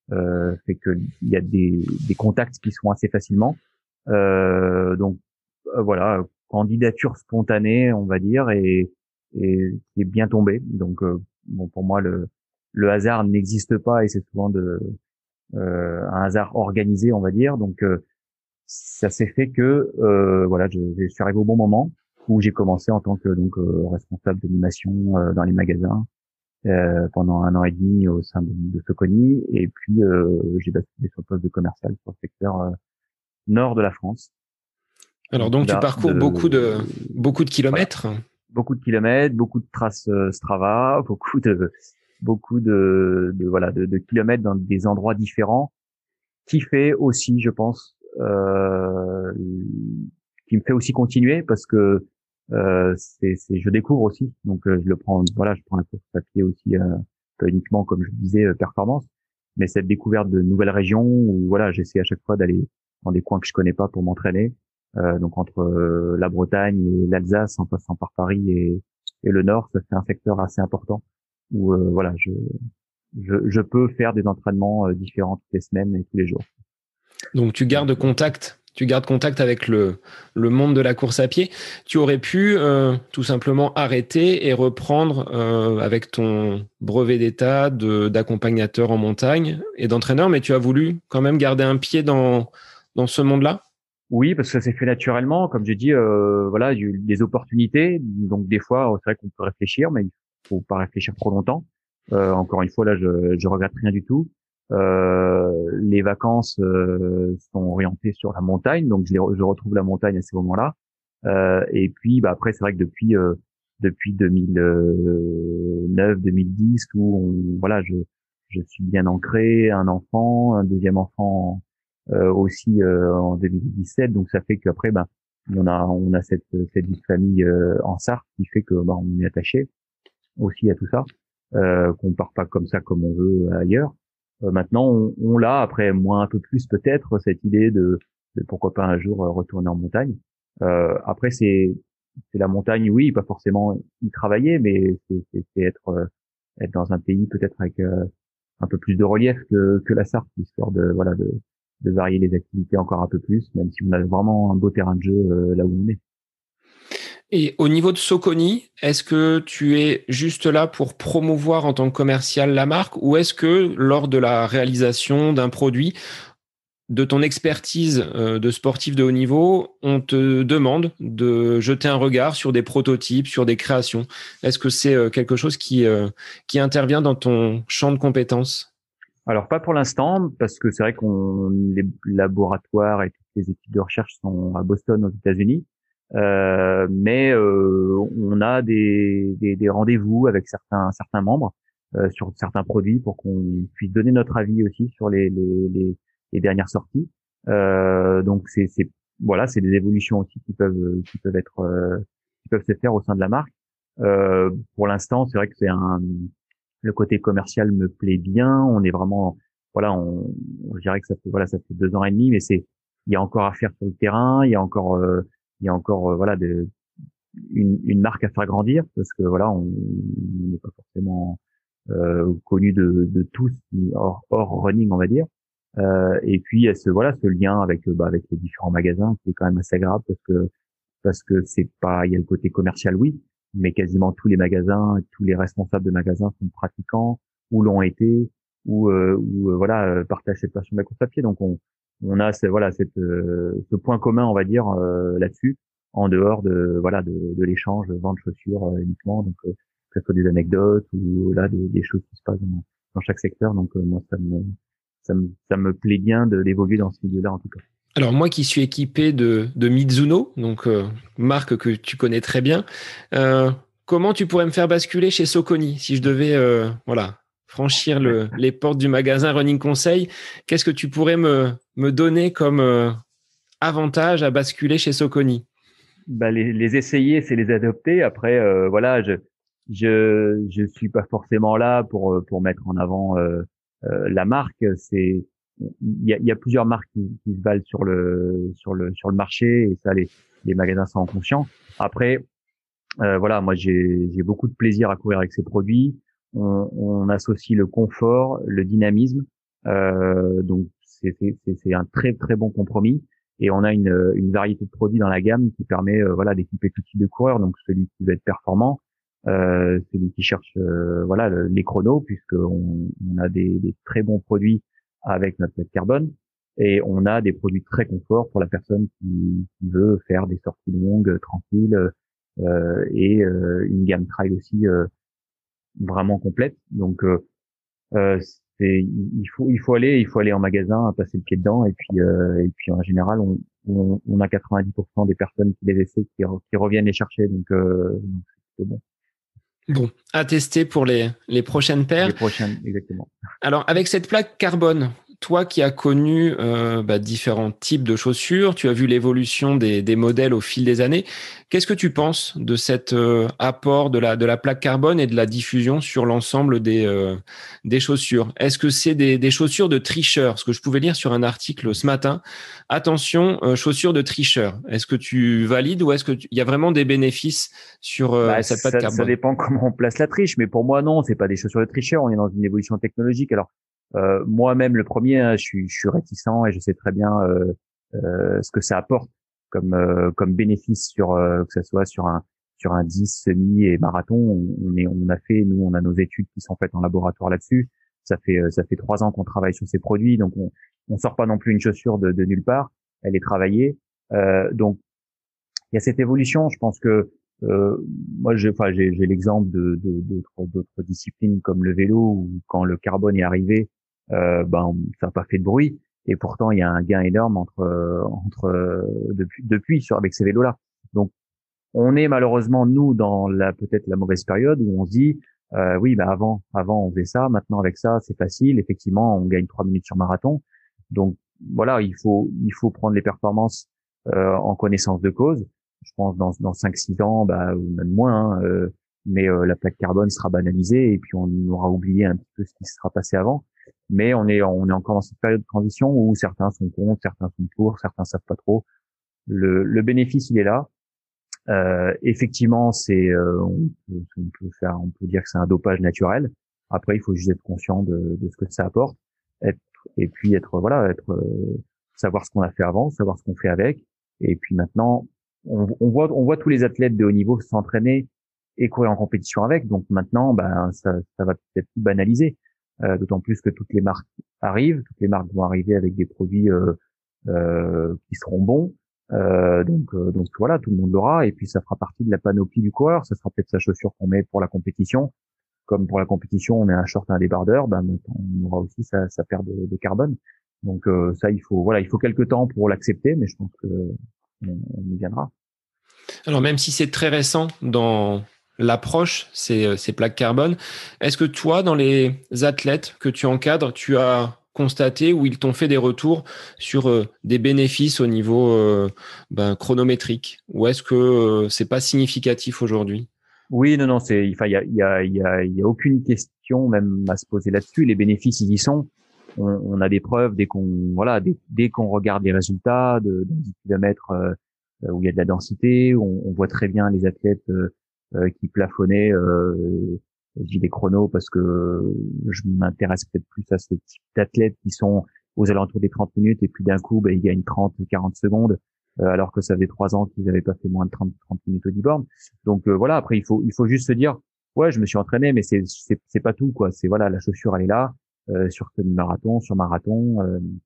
il y a des contacts qui sont assez facilement. Donc voilà, candidature spontanée, on va dire, et qui est bien tombé. Donc bon, pour moi le hasard n'existe pas et c'est souvent un hasard organisé, on va dire. Donc ça s'est fait que voilà, je suis arrivé au bon moment où j'ai commencé en tant que responsable d'animation dans les magasins pendant 1 an et demi au sein de Soconi, et puis j'ai basculé sur le poste de commercial sur le secteur nord de la France. Alors donc tu parcours beaucoup de kilomètres. Voilà. Beaucoup de kilomètres, beaucoup de traces Strava, beaucoup de kilomètres dans des endroits différents, qui fait aussi, je pense, qui me fait aussi continuer parce que je découvre aussi, donc je prends la course à pied aussi pas uniquement, comme je disais, performance, mais cette découverte de nouvelles régions où voilà, j'essaie à chaque fois d'aller dans des coins que je connais pas pour m'entraîner, donc entre la Bretagne et l'Alsace en passant par Paris et le Nord, ça fait un secteur assez important où voilà, je peux faire des entraînements différents toutes les semaines et tous les jours. Donc tu gardes contact avec le monde de la course à pied. Tu aurais pu tout simplement arrêter et reprendre avec ton brevet d'état d'accompagnateur en montagne et d'entraîneur, mais tu as voulu quand même garder un pied dans ce monde-là? Oui, parce que ça s'est fait naturellement. Comme j'ai dit, voilà, il y a eu des opportunités. Donc des fois, c'est vrai qu'on peut réfléchir, mais il faut pas réfléchir trop longtemps. Encore une fois, là, je regrette rien du tout. Les vacances sont orientées sur la montagne, donc je retrouve la montagne à ces moments-là. Et puis après, c'est vrai que depuis 2009-2010, où voilà, je suis bien ancré, un enfant, un deuxième enfant aussi en 2017, donc ça fait qu'après on a cette vie de famille en Sarthe qui fait que on est attaché aussi à tout ça, qu'on part pas comme ça comme on veut ailleurs. Maintenant, on l'a, après moi un peu plus peut-être, cette idée de pourquoi pas un jour retourner en montagne. Après c'est la montagne, oui, pas forcément y travailler, mais c'est être dans un pays peut-être avec un peu plus de relief que la Sarthe, histoire de varier les activités encore un peu plus, même si on a vraiment un beau terrain de jeu là où on est. Et au niveau de Soconi, est-ce que tu es juste là pour promouvoir en tant que commercial la marque, ou est-ce que lors de la réalisation d'un produit, de ton expertise de sportif de haut niveau, on te demande de jeter un regard sur des prototypes, sur des créations? Est-ce que c'est quelque chose qui intervient dans ton champ de compétences? Alors pas pour l'instant, parce que c'est vrai qu'on les laboratoires et toutes les équipes de recherche sont à Boston aux États-Unis, mais on a des rendez-vous avec certains membres sur certains produits pour qu'on puisse donner notre avis aussi sur les dernières sorties. Donc c'est voilà, c'est des évolutions aussi qui peuvent être qui peuvent se faire au sein de la marque. Pour l'instant, c'est vrai que le côté commercial me plaît bien. On est vraiment, voilà, je dirais que ça fait 2 ans et demi, mais il y a encore à faire sur le terrain. Il y a encore, voilà, une marque à faire grandir parce que voilà, on n'est pas forcément connu de tous hors running, on va dire. Et puis il y a ce lien avec les différents magasins qui est quand même assez agréable parce que c'est pas, il y a le côté commercial, oui, mais quasiment tous les magasins, tous les responsables de magasins sont pratiquants ou l'ont été ou partagent cette passion de la course à pied. Donc on a ce point commun, on va dire, là-dessus, en dehors de l'échange vente chaussures uniquement. Donc que ce soit des anecdotes ou là des choses qui se passent dans chaque secteur. Donc moi ça me plaît bien d'évoluer dans ce milieu-là en tout cas. Alors moi qui suis équipé de Mizuno, donc marque que tu connais très bien, comment tu pourrais me faire basculer chez Soconi si je devais voilà, franchir les portes du magasin Running Conseil? Qu'est-ce que tu pourrais me donner comme avantage à basculer chez Soconi? Bah les essayer, c'est les adopter. Après, voilà, je suis pas forcément là pour mettre en avant la marque. Il y a plusieurs marques qui se valent sur le marché et ça les magasins sont conscients. Après, voilà, moi j'ai beaucoup de plaisir à courir avec ces produits. On associe le confort, le dynamisme, donc c'est un très très bon compromis. Et on a une variété de produits dans la gamme qui permet voilà d'équiper tout type de coureur. Donc celui qui veut être performant, celui qui cherche voilà les chronos, puisque on a des très bons produits avec notre mètre carbone. Et on a des produits très confort pour la personne qui veut faire des sorties longues, tranquilles, et une gamme trail aussi vraiment complète. Donc il faut aller en magasin, passer le pied dedans et puis en général on a 90% des personnes qui les essaient qui reviennent les chercher donc c'est plutôt bon. Bon, à tester pour les prochaines paires. Les prochaines, exactement. Alors, avec cette plaque carbone, toi qui as connu différents types de chaussures, tu as vu l'évolution des modèles au fil des années. Qu'est-ce que tu penses de cet apport de la plaque carbone et de la diffusion sur l'ensemble des chaussures? Est-ce que c'est des chaussures de tricheurs? Ce que je pouvais lire sur un article ce matin. Attention, chaussures de tricheurs. Est-ce que tu valides ou est-ce qu'il y a vraiment des bénéfices sur cette plaque Ça carbone? dépend comment on place la triche, mais pour moi non, c'est pas des chaussures de tricheur. On est dans une évolution technologique. Alors moi-même le premier, hein, je suis réticent et je sais très bien ce que ça apporte comme bénéfice que ce soit sur un 10 semi et marathon. On a nos études qui sont faites en laboratoire là-dessus. Ça fait 3 ans qu'on travaille sur ces produits, donc on sort pas non plus une chaussure de nulle part. Elle est travaillée. Donc il y a cette évolution. Je pense que moi, j'ai l'exemple d'autres disciplines comme le vélo où quand le carbone est arrivé, ça n'a pas fait de bruit et pourtant il y a un gain énorme depuis avec ces vélos-là. Donc on est malheureusement nous dans peut-être la mauvaise période où on se dit oui, avant on faisait ça, maintenant avec ça c'est facile. Effectivement, on gagne 3 minutes sur marathon. Donc voilà, il faut prendre les performances en connaissance de cause. Je pense dans 5-6 ans, ou même moins, hein, mais la plaque carbone sera banalisée et puis on aura oublié un petit peu ce qui se sera passé avant. Mais on est encore dans cette période de transition où certains sont contre, certains sont pour, certains savent pas trop. Le bénéfice il est là. Effectivement, on peut dire que c'est un dopage naturel. Après, il faut juste être conscient de ce que ça apporte, et puis savoir ce qu'on a fait avant, savoir ce qu'on fait avec, et puis maintenant, on voit tous les athlètes de haut niveau s'entraîner et courir en compétition avec. Donc maintenant, ça va peut-être plus banaliser, d'autant plus que toutes les marques arrivent, toutes les marques vont arriver avec des produits qui seront bons. Donc voilà, tout le monde l'aura et puis ça fera partie de la panoplie du coureur. Ça sera peut-être sa chaussure qu'on met pour la compétition. comme pour la compétition, on met un short et un débardeur, on aura aussi sa paire de carbone. Donc ça, il faut quelques temps pour l'accepter, mais je pense que on y viendra. Alors même si c'est très récent dans l'approche, ces plaques carbone, est-ce que toi, dans les athlètes que tu encadres, tu as constaté ou ils t'ont fait des retours sur des bénéfices au niveau chronométrique, ou est-ce que c'est pas significatif aujourd'hui? Oui, non, il y a aucune question même à se poser là-dessus. Les bénéfices, ils y sont. On a des preuves dès qu'on regarde les résultats de 10 kilomètres où il y a de la densité, on voit très bien les athlètes qui plafonnaient. Je dis des chronos parce que je m'intéresse peut-être plus à ce type d'athlètes qui sont aux alentours des 30 minutes et puis d'un coup, ils gagnent 30, 40 secondes, alors que ça faisait 3 ans qu'ils n'avaient pas fait moins de 30 minutes au 10 bornes. Donc voilà, après il faut juste se dire, ouais, je me suis entraîné, mais c'est pas tout, quoi. C'est voilà, la chaussure elle est là, sur semi-marathon, sur marathon,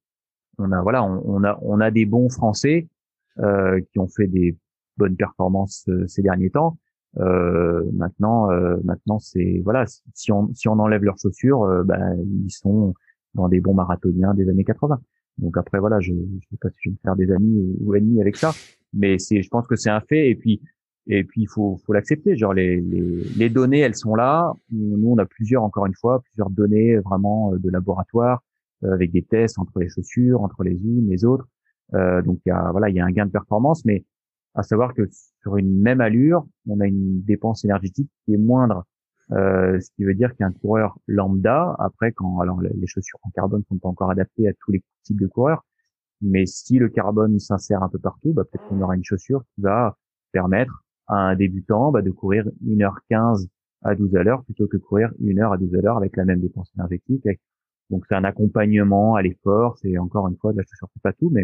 on a des bons Français qui ont fait des bonnes performances ces derniers temps. Maintenant c'est voilà, si on enlève leurs chaussures, ils sont dans des bons marathoniens des années 80. Donc après voilà, je sais pas si je vais me faire des amis ou ennemis avec ça, mais je pense que c'est un fait. Et puis il faut l'accepter. Genre les données, elles sont là. Nous on a plusieurs données vraiment de laboratoire avec des tests entre les chaussures, entre les unes, les autres. Donc il y a un gain de performance, mais à savoir que sur une même allure, on a une dépense énergétique qui est moindre. Ce qui veut dire qu'un coureur lambda, après alors les chaussures en carbone sont pas encore adaptées à tous les types de coureurs, mais si le carbone s'insère un peu partout, peut-être qu'on aura une chaussure qui va permettre à un débutant de courir 1h15 à 12 à l'heure plutôt que courir 1 heure à 12 à l'heure avec la même dépense énergétique. Donc c'est un accompagnement à l'effort, c'est encore une fois de la chaussure fait pas tout, mais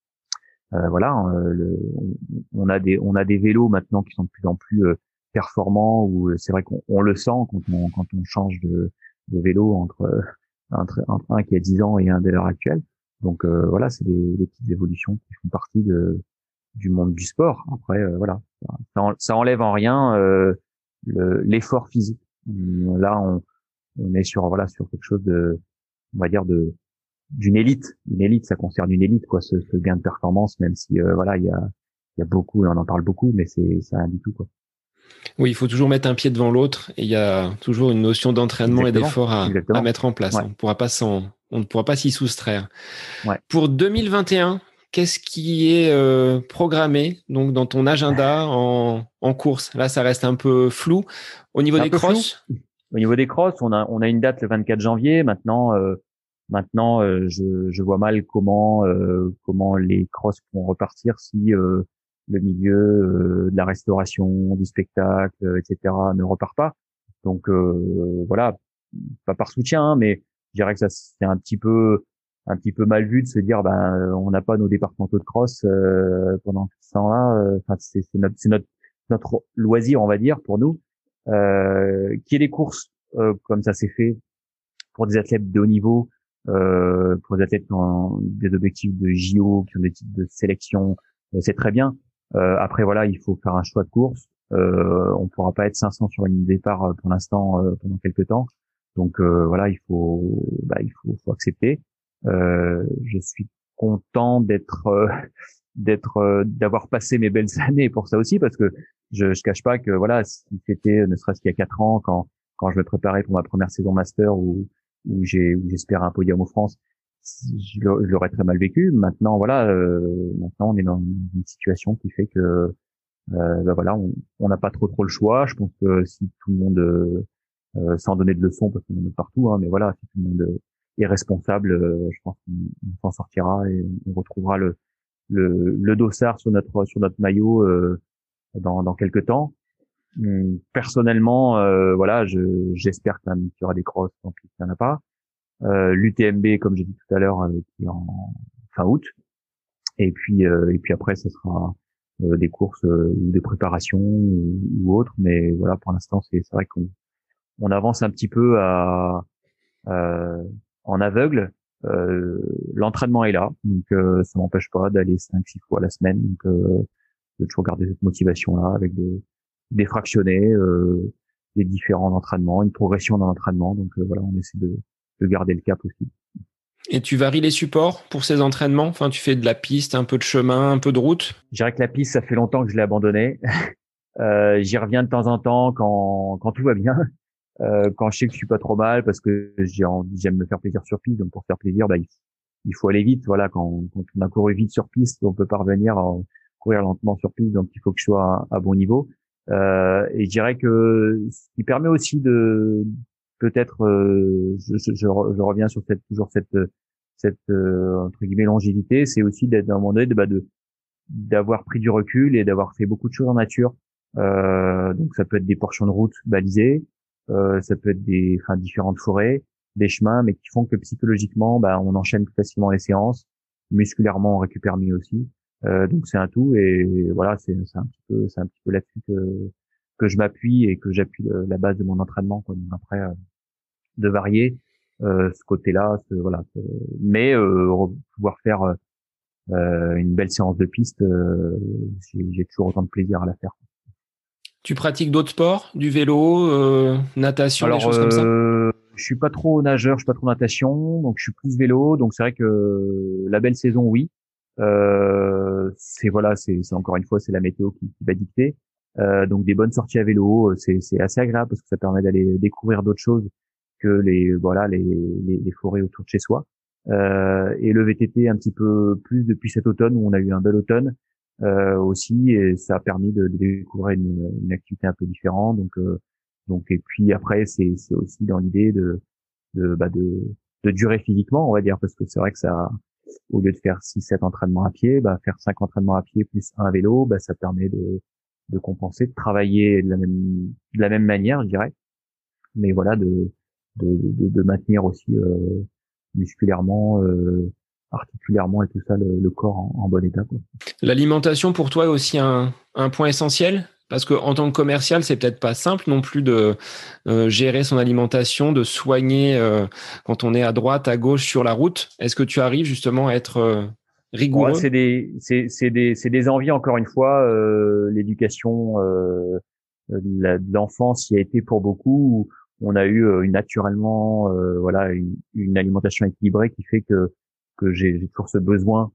on a des vélos maintenant qui sont de plus en plus performants, où c'est vrai qu'on le sent quand on change de vélo entre un qui a 10 ans et un de l'heure actuelle. Donc voilà, c'est des petites évolutions qui font partie du monde du sport. Après ça enlève en rien l'effort physique. Là on est sur quelque chose on va dire d'une élite. Une élite, ça concerne une élite, quoi, ce gain de performance, même si il y a beaucoup, et on en parle beaucoup, mais c'est rien du tout, quoi. Oui, il faut toujours mettre un pied devant l'autre, et il y a toujours une notion d'entraînement et d'effort à mettre en place. Ouais. On ne pourra pas s'y soustraire. Ouais. Pour 2021, qu'est-ce qui est programmé donc dans ton agenda en course? Là, ça reste un peu flou. Au niveau des crosses? Au niveau des crosses, on a une date le 24 janvier. Maintenant, je vois mal comment les crosses vont repartir si le milieu de la restauration, du spectacle, etc. ne repart pas. Donc voilà, pas par soutien, hein, mais je dirais que ça c'est un petit peu mal vu de se dire on n'a pas nos départementaux de cross pendant ce temps-là. Enfin c'est notre loisir, on va dire, pour nous. Qu'il y ait des courses comme ça s'est fait pour des athlètes de haut niveau, pour des athlètes qui ont des objectifs de JO, qui ont des types de sélection, c'est très bien. Après voilà, il faut faire un choix de course. On pourra pas être 500 sur une ligne de départ pour l'instant pendant quelques temps. Donc voilà, il faut accepter. Je suis content d'avoir passé mes belles années pour ça aussi, parce que je cache pas que voilà, si c'était ne serait-ce qu'il y a 4 ans quand je me préparais pour ma première saison master où j'espérais un podium aux France, je l'aurais très mal vécu. Maintenant voilà, maintenant on est dans une situation qui fait que voilà, on n'a pas trop le choix. Je pense que si tout le monde sans donner de leçons parce qu'on en est partout, hein, mais voilà, si tout le monde est responsable, je pense qu'on s'en sortira et on retrouvera le dossard sur notre maillot dans quelques temps. Personnellement, voilà, j'espère quand même qu'il y aura des crosses, tant pis qu'il n'y en a pas. L'UTMB, comme j'ai dit tout à l'heure, qui est en fin août. Et puis après, ce sera des courses ou des préparations ou autres. Mais voilà, pour l'instant, c'est vrai qu'on avance un petit peu en aveugle. L'entraînement est là, donc ça m'empêche pas d'aller 5-6 fois la semaine. Donc de toujours garder cette motivation là avec des fractionnés, des différents entraînements, une progression dans l'entraînement. Donc voilà, on essaie de garder le cap aussi. Et tu varies les supports pour ces entraînements? Enfin, tu fais de la piste, un peu de chemin, un peu de route? Je dirais que la piste, ça fait longtemps que je l'ai abandonnée. J'y reviens de temps en temps quand tout va bien. Quand je sais que je suis pas trop mal parce que j'aime me faire plaisir sur piste. Donc pour faire plaisir, il faut aller vite. Voilà, quand on a couru vite sur piste, on peut pas revenir à courir lentement sur piste. Donc il faut que je sois à bon niveau. Et je dirais que ce qui permet aussi de peut-être, je reviens sur cette entre guillemets longévité, c'est aussi d'être à un moment donné d'avoir pris du recul et d'avoir fait beaucoup de choses en nature. Donc ça peut être des portions de route balisées, ça peut être différentes forêts, des chemins, mais qui font que psychologiquement, on enchaîne plus facilement les séances. Musculairement, on récupère mieux aussi. Donc c'est un tout, et voilà, c'est un petit peu là-dessus que je m'appuie et que j'appuie la base de mon entraînement, quoi. Donc après, de varier ce côté-là, mais pouvoir faire une belle séance de piste, j'ai toujours autant de plaisir à la faire. Tu pratiques d'autres sports, du vélo, natation, des choses comme ça? Je suis pas trop nageur, je suis pas trop natation, donc je suis plus vélo. Donc c'est vrai que la belle saison, oui. C'est encore une fois, c'est la météo qui va dicter. Donc des bonnes sorties à vélo, c'est assez agréable parce que ça permet d'aller découvrir d'autres choses que les forêts autour de chez soi. Et le VTT un petit peu plus depuis cet automne où on a eu un bel automne aussi, et ça a permis de découvrir une activité un peu différente. Donc et puis après c'est aussi dans l'idée de durer physiquement, on va dire, parce que c'est vrai que ça, au lieu de faire 6-7 entraînements à pied, faire 5 entraînements à pied plus un vélo, ça permet de compenser, de travailler de la même manière, je dirais, mais voilà, de maintenir aussi musculairement, articulairement et tout ça le corps en bon état, quoi. L'alimentation pour toi est aussi un point essentiel? Parce que en tant que commercial, c'est peut-être pas simple non plus de gérer son alimentation, de soigner quand on est à droite, à gauche, sur la route. Est-ce que tu arrives justement à être Ouais, rigoureux? c'est des envies, encore une fois. L'éducation de l'enfance y a été pour beaucoup. On a eu naturellement une alimentation équilibrée qui fait que j'ai toujours ce besoin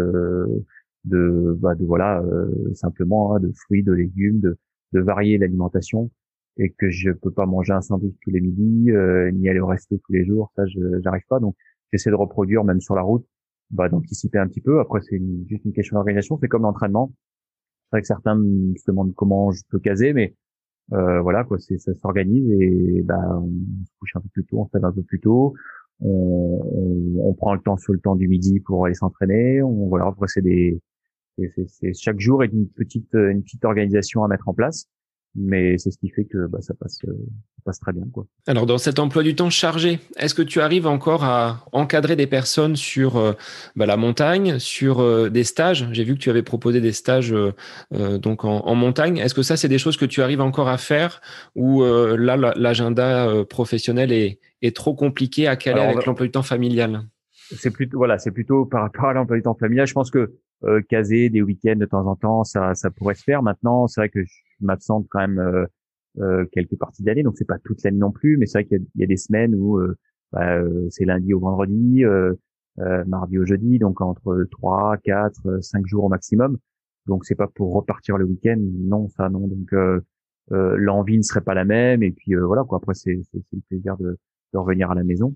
simplement, hein, de fruits, de légumes, de varier l'alimentation, et que je peux pas manger un sandwich tous les midis, ni aller au resto tous les jours. Ça, j'arrive pas. Donc j'essaie de reproduire même sur la route, d'anticiper un petit peu. Après, juste une question d'organisation. C'est comme l'entraînement. C'est vrai que certains me se demandent comment je peux caser, mais voilà, quoi, ça s'organise, et on se couche un peu plus tôt, on se lève un peu plus tôt, on prend le temps sur le temps du midi pour aller s'entraîner. Voilà, après c'est chaque jour est une petite organisation à mettre en place, mais c'est ce qui fait que ça passe très bien, quoi. Alors, dans cet emploi du temps chargé, est-ce que tu arrives encore à encadrer des personnes sur la montagne, sur des stages? J'ai vu que tu avais proposé des stages donc en montagne. Est-ce que ça, c'est des choses que tu arrives encore à faire, ou là, l'agenda professionnel est trop compliqué à caler avec Alors l'emploi du temps familial? c'est plutôt par rapport à l'emploi du temps familial. Je pense que caser des week-ends de temps en temps, ça pourrait se faire. Maintenant, c'est vrai que je m'absente quand même quelques parties d'année, donc c'est pas toute l'année non plus, mais c'est vrai qu'il y a des semaines où c'est lundi au vendredi, mardi au jeudi, donc entre 3, 4, 5 jours au maximum. Donc c'est pas pour repartir le week-end, non, ça non. Donc l'envie ne serait pas la même, et puis voilà, quoi. Après c'est le plaisir de revenir à la maison.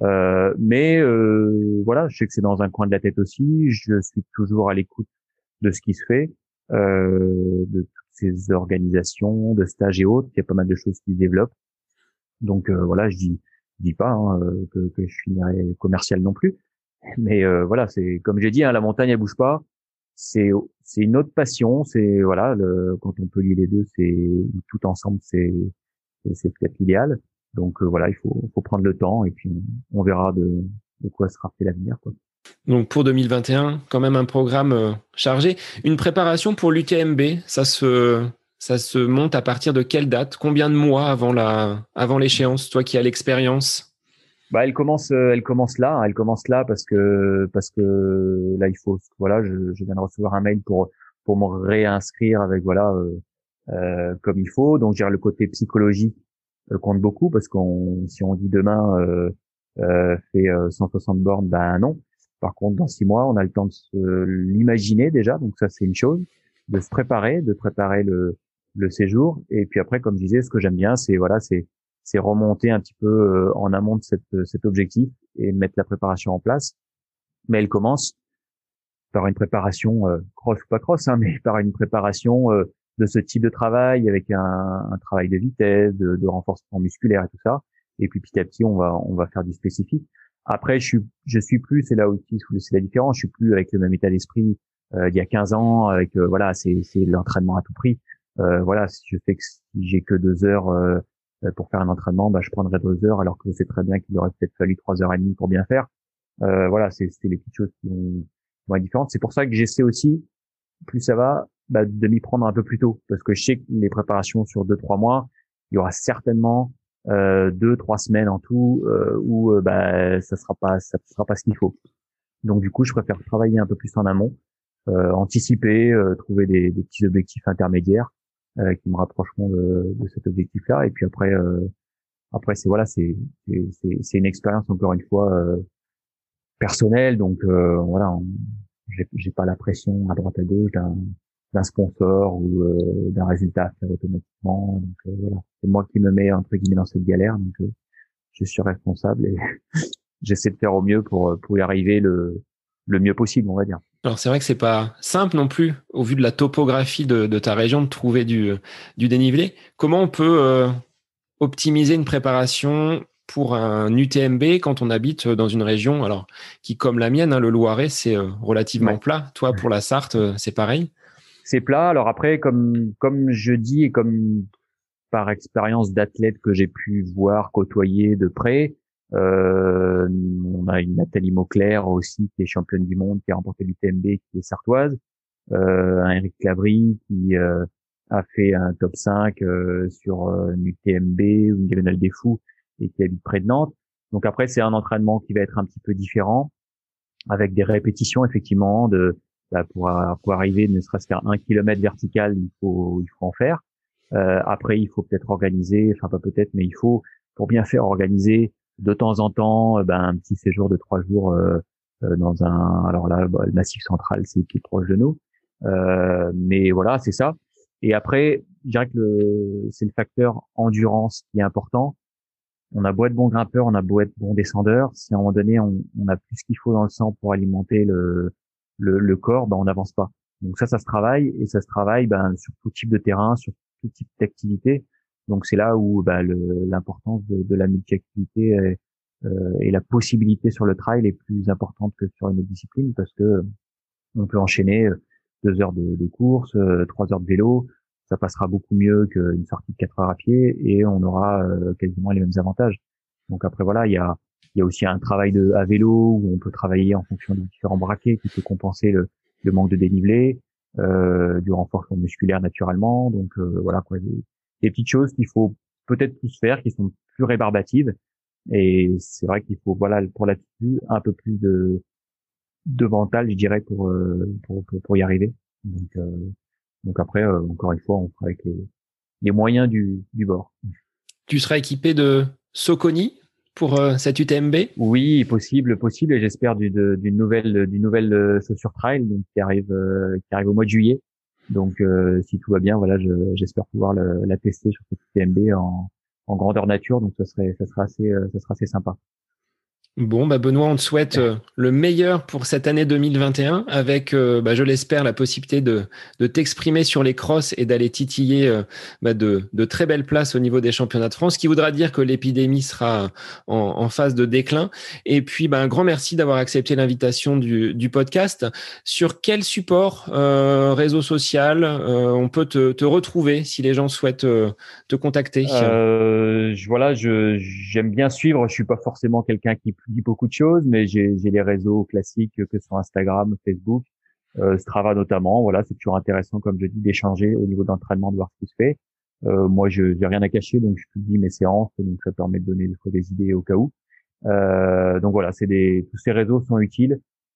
Mais voilà, je sais que c'est dans un coin de la tête aussi. Je suis toujours à l'écoute de ce qui se fait, de toutes ces organisations, de stages et autres. Il y a pas mal de choses qui se développent. Donc voilà, je dis pas, hein, que je finirai commercial non plus. Mais voilà, c'est comme j'ai dit, hein, la montagne elle bouge pas. C'est une autre passion. C'est voilà, quand on peut lier les deux, c'est tout ensemble, c'est peut-être l'idéal. Donc voilà, faut prendre le temps, et puis on verra de quoi sera fait l'avenir, quoi. Donc pour 2021, quand même un programme chargé. Une préparation pour l'UTMB, ça se monte à partir de quelle date? Combien de mois avant l'échéance, toi qui as l'expérience? Elle commence là, hein, parce que là voilà, je viens de recevoir un mail pour me réinscrire avec comme il faut. Donc j'ai le côté psychologique compte beaucoup parce si on dit demain fait 160 bornes, ben non. Par contre, dans 6 mois, on a le temps de se l'imaginer déjà, donc ça c'est une chose, de se préparer, de préparer le séjour. Et puis après, comme je disais, ce que j'aime bien, c'est remonter un petit peu en amont de cet objectif et mettre la préparation en place. Mais elle commence par une préparation cross ou pas cross, hein, mais par une préparation de ce type de travail avec un travail de vitesse, de renforcement musculaire et tout ça. Et puis petit à petit, on va faire du spécifique. Après, je suis plus, c'est là aussi c'est la différence. Je suis plus avec le même état d'esprit d'il y a 15 ans. Avec voilà, c'est l'entraînement à tout prix. Voilà, si je fais que si j'ai que 2 heures pour faire un entraînement, bah je prendrai 2 heures, alors que je sais très bien qu'il aurait peut-être fallu 3 heures et demie pour bien faire. Voilà, c'était les petites choses vont être différentes. C'est pour ça que j'essaie aussi, plus ça va, bah, de m'y prendre un peu plus tôt, parce que je sais que les préparations sur 2, 3 mois, il y aura certainement 2, 3 semaines en tout où bah ça sera pas ce qu'il faut. Donc du coup, je préfère travailler un peu plus en amont, anticiper, trouver des petits objectifs intermédiaires qui me rapprocheront de cet objectif-là. Et puis après c'est voilà, c'est une expérience encore une fois personnelle. Donc voilà, j'ai pas la pression à droite à gauche d'un sponsor ou d'un résultat à faire automatiquement. Donc voilà, c'est moi qui me mets entre guillemets dans cette galère. Donc je suis responsable et j'essaie de faire au mieux pour y arriver le mieux possible, on va dire. Alors c'est vrai que c'est pas simple non plus, au vu de la topographie de ta région, de trouver du dénivelé. Comment on peut optimiser une préparation pour un UTMB quand on habite dans une région, alors qui comme la mienne, hein, le Loiret, c'est relativement Ouais. plat. Toi, pour la Sarthe, c'est pareil? C'est plat. Alors après, comme je dis et comme par expérience d'athlète que j'ai pu voir, côtoyer de près, on a une Nathalie Mauclair aussi qui est championne du monde, qui a remporté l'UTMB, qui est sartoise, un Eric Clavry qui a fait un top 5 sur une UTMB ou une Diagonale des Fous et qui habite près de Nantes. Donc après, c'est un entraînement qui va être un petit peu différent, avec des répétitions effectivement bah, pour arriver ne serait-ce qu'à 1 kilomètre vertical, il faut en faire. Après, il faut peut-être organiser, enfin pas peut-être, mais il faut, pour bien faire, organiser de temps en temps ben, un petit séjour de 3 jours dans alors là, bah, le Massif Central, c'est plus proche de nous. Mais voilà, c'est ça. Et après, je dirais que c'est le facteur endurance qui est important. On a beau être bon grimpeur, on a beau être bon descendeur, si à un moment donné on a plus ce qu'il faut dans le sang pour alimenter le corps, ben on n'avance pas. Donc ça se travaille et ça se travaille ben sur tout type de terrain, sur tout type d'activité. Donc c'est là où ben, l'importance de la multi-activité et la possibilité sur le trail est plus importante que sur une autre discipline, parce que on peut enchaîner 2 heures de course, 3 heures de vélo. Ça passera beaucoup mieux qu'une sortie de 4 heures à pied et on aura quasiment les mêmes avantages. Donc après voilà, il y a aussi un travail à vélo où on peut travailler en fonction des différents braquets qui peut compenser le manque de dénivelé, du renforcement musculaire naturellement. Donc voilà quoi, des petites choses qu'il faut peut-être plus faire, qui sont plus rébarbatives. Et c'est vrai qu'il faut voilà pour là-dessus un peu plus de mental, je dirais, pour y arriver. Donc après, encore une fois, on fera avec les moyens du bord. Tu seras équipé de Soconi pour cette UTMB? Oui, possible, et j'espère d'une nouvelle chaussure trail donc qui arrive au mois de juillet. Donc si tout va bien, voilà, j'espère pouvoir la tester sur cette UTMB en grandeur nature. Donc ça sera assez sympa. Bon, bah Benoît, on te souhaite le meilleur pour cette année 2021 avec, bah, je l'espère, la possibilité de t'exprimer sur les crosses et d'aller titiller bah, de très belles places au niveau des championnats de France, ce qui voudra dire que l'épidémie sera en phase de déclin. Et puis, bah, un grand merci d'avoir accepté l'invitation du podcast. Sur quel support, réseau social, on peut te retrouver si les gens souhaitent te contacter? Voilà, j'aime bien suivre. Je suis pas forcément quelqu'un qui publie beaucoup de choses, mais j'ai les réseaux classiques que sont Instagram, Facebook, Strava notamment. Voilà, c'est toujours intéressant, comme je dis, d'échanger au niveau d'entraînement, de voir ce qui se fait. Moi, je j'ai rien à cacher, donc je publie mes séances, donc ça permet de donner des fois des idées au cas où. Donc voilà, tous ces réseaux sont utiles,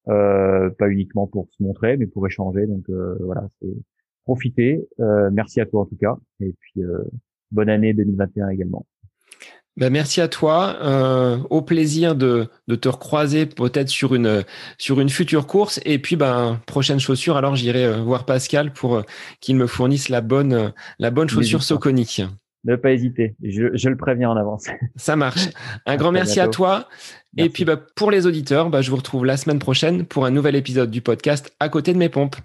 pas uniquement pour se montrer, mais pour échanger. Donc voilà, c'est profiter. Merci à toi en tout cas, et puis bonne année 2021 également. Ben, merci à toi. Au plaisir de te recroiser peut-être sur une future course. Et puis, prochaine chaussure, alors j'irai voir Pascal pour qu'il me fournisse la bonne chaussure N'hésite pas. Saucony. Ne pas hésiter. Je le préviens en avance. Ça marche. Un À grand très merci à bientôt. toi. Et puis, Merci. pour les auditeurs, je vous retrouve la semaine prochaine pour un nouvel épisode du podcast À côté de mes pompes.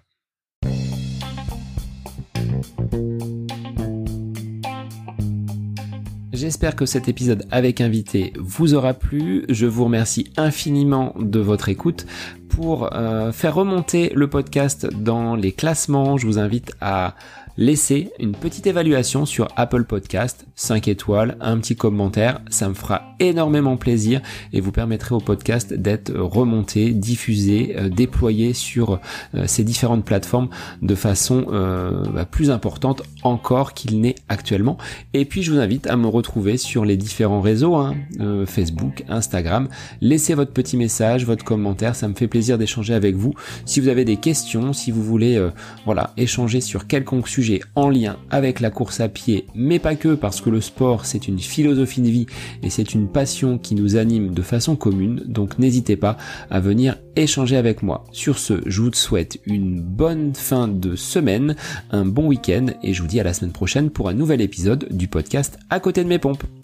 J'espère que cet épisode avec invité vous aura plu. Je vous remercie infiniment de votre écoute. Pour faire remonter le podcast dans les classements, je vous invite à laisser une petite évaluation sur Apple Podcast, 5 étoiles, un petit commentaire, ça me fera énormément plaisir et vous permettrez au podcast d'être remonté, diffusé, déployé sur ces différentes plateformes de façon plus importante encore qu'il n'est actuellement. Et puis je vous invite à me retrouver sur les différents réseaux, Facebook, Instagram. Laissez votre petit message, votre commentaire, ça me fait plaisir d'échanger avec vous. Si vous avez des questions, si vous voulez échanger sur quelconque sujet en lien avec la course à pied, mais pas que, parce que le sport c'est une philosophie de vie et c'est une passion qui nous anime de façon commune, donc n'hésitez pas à venir échanger avec moi. Sur ce, je vous souhaite une bonne fin de semaine, un bon week-end et je vous dis à la semaine prochaine pour un nouvel épisode du podcast À côté de mes pompes.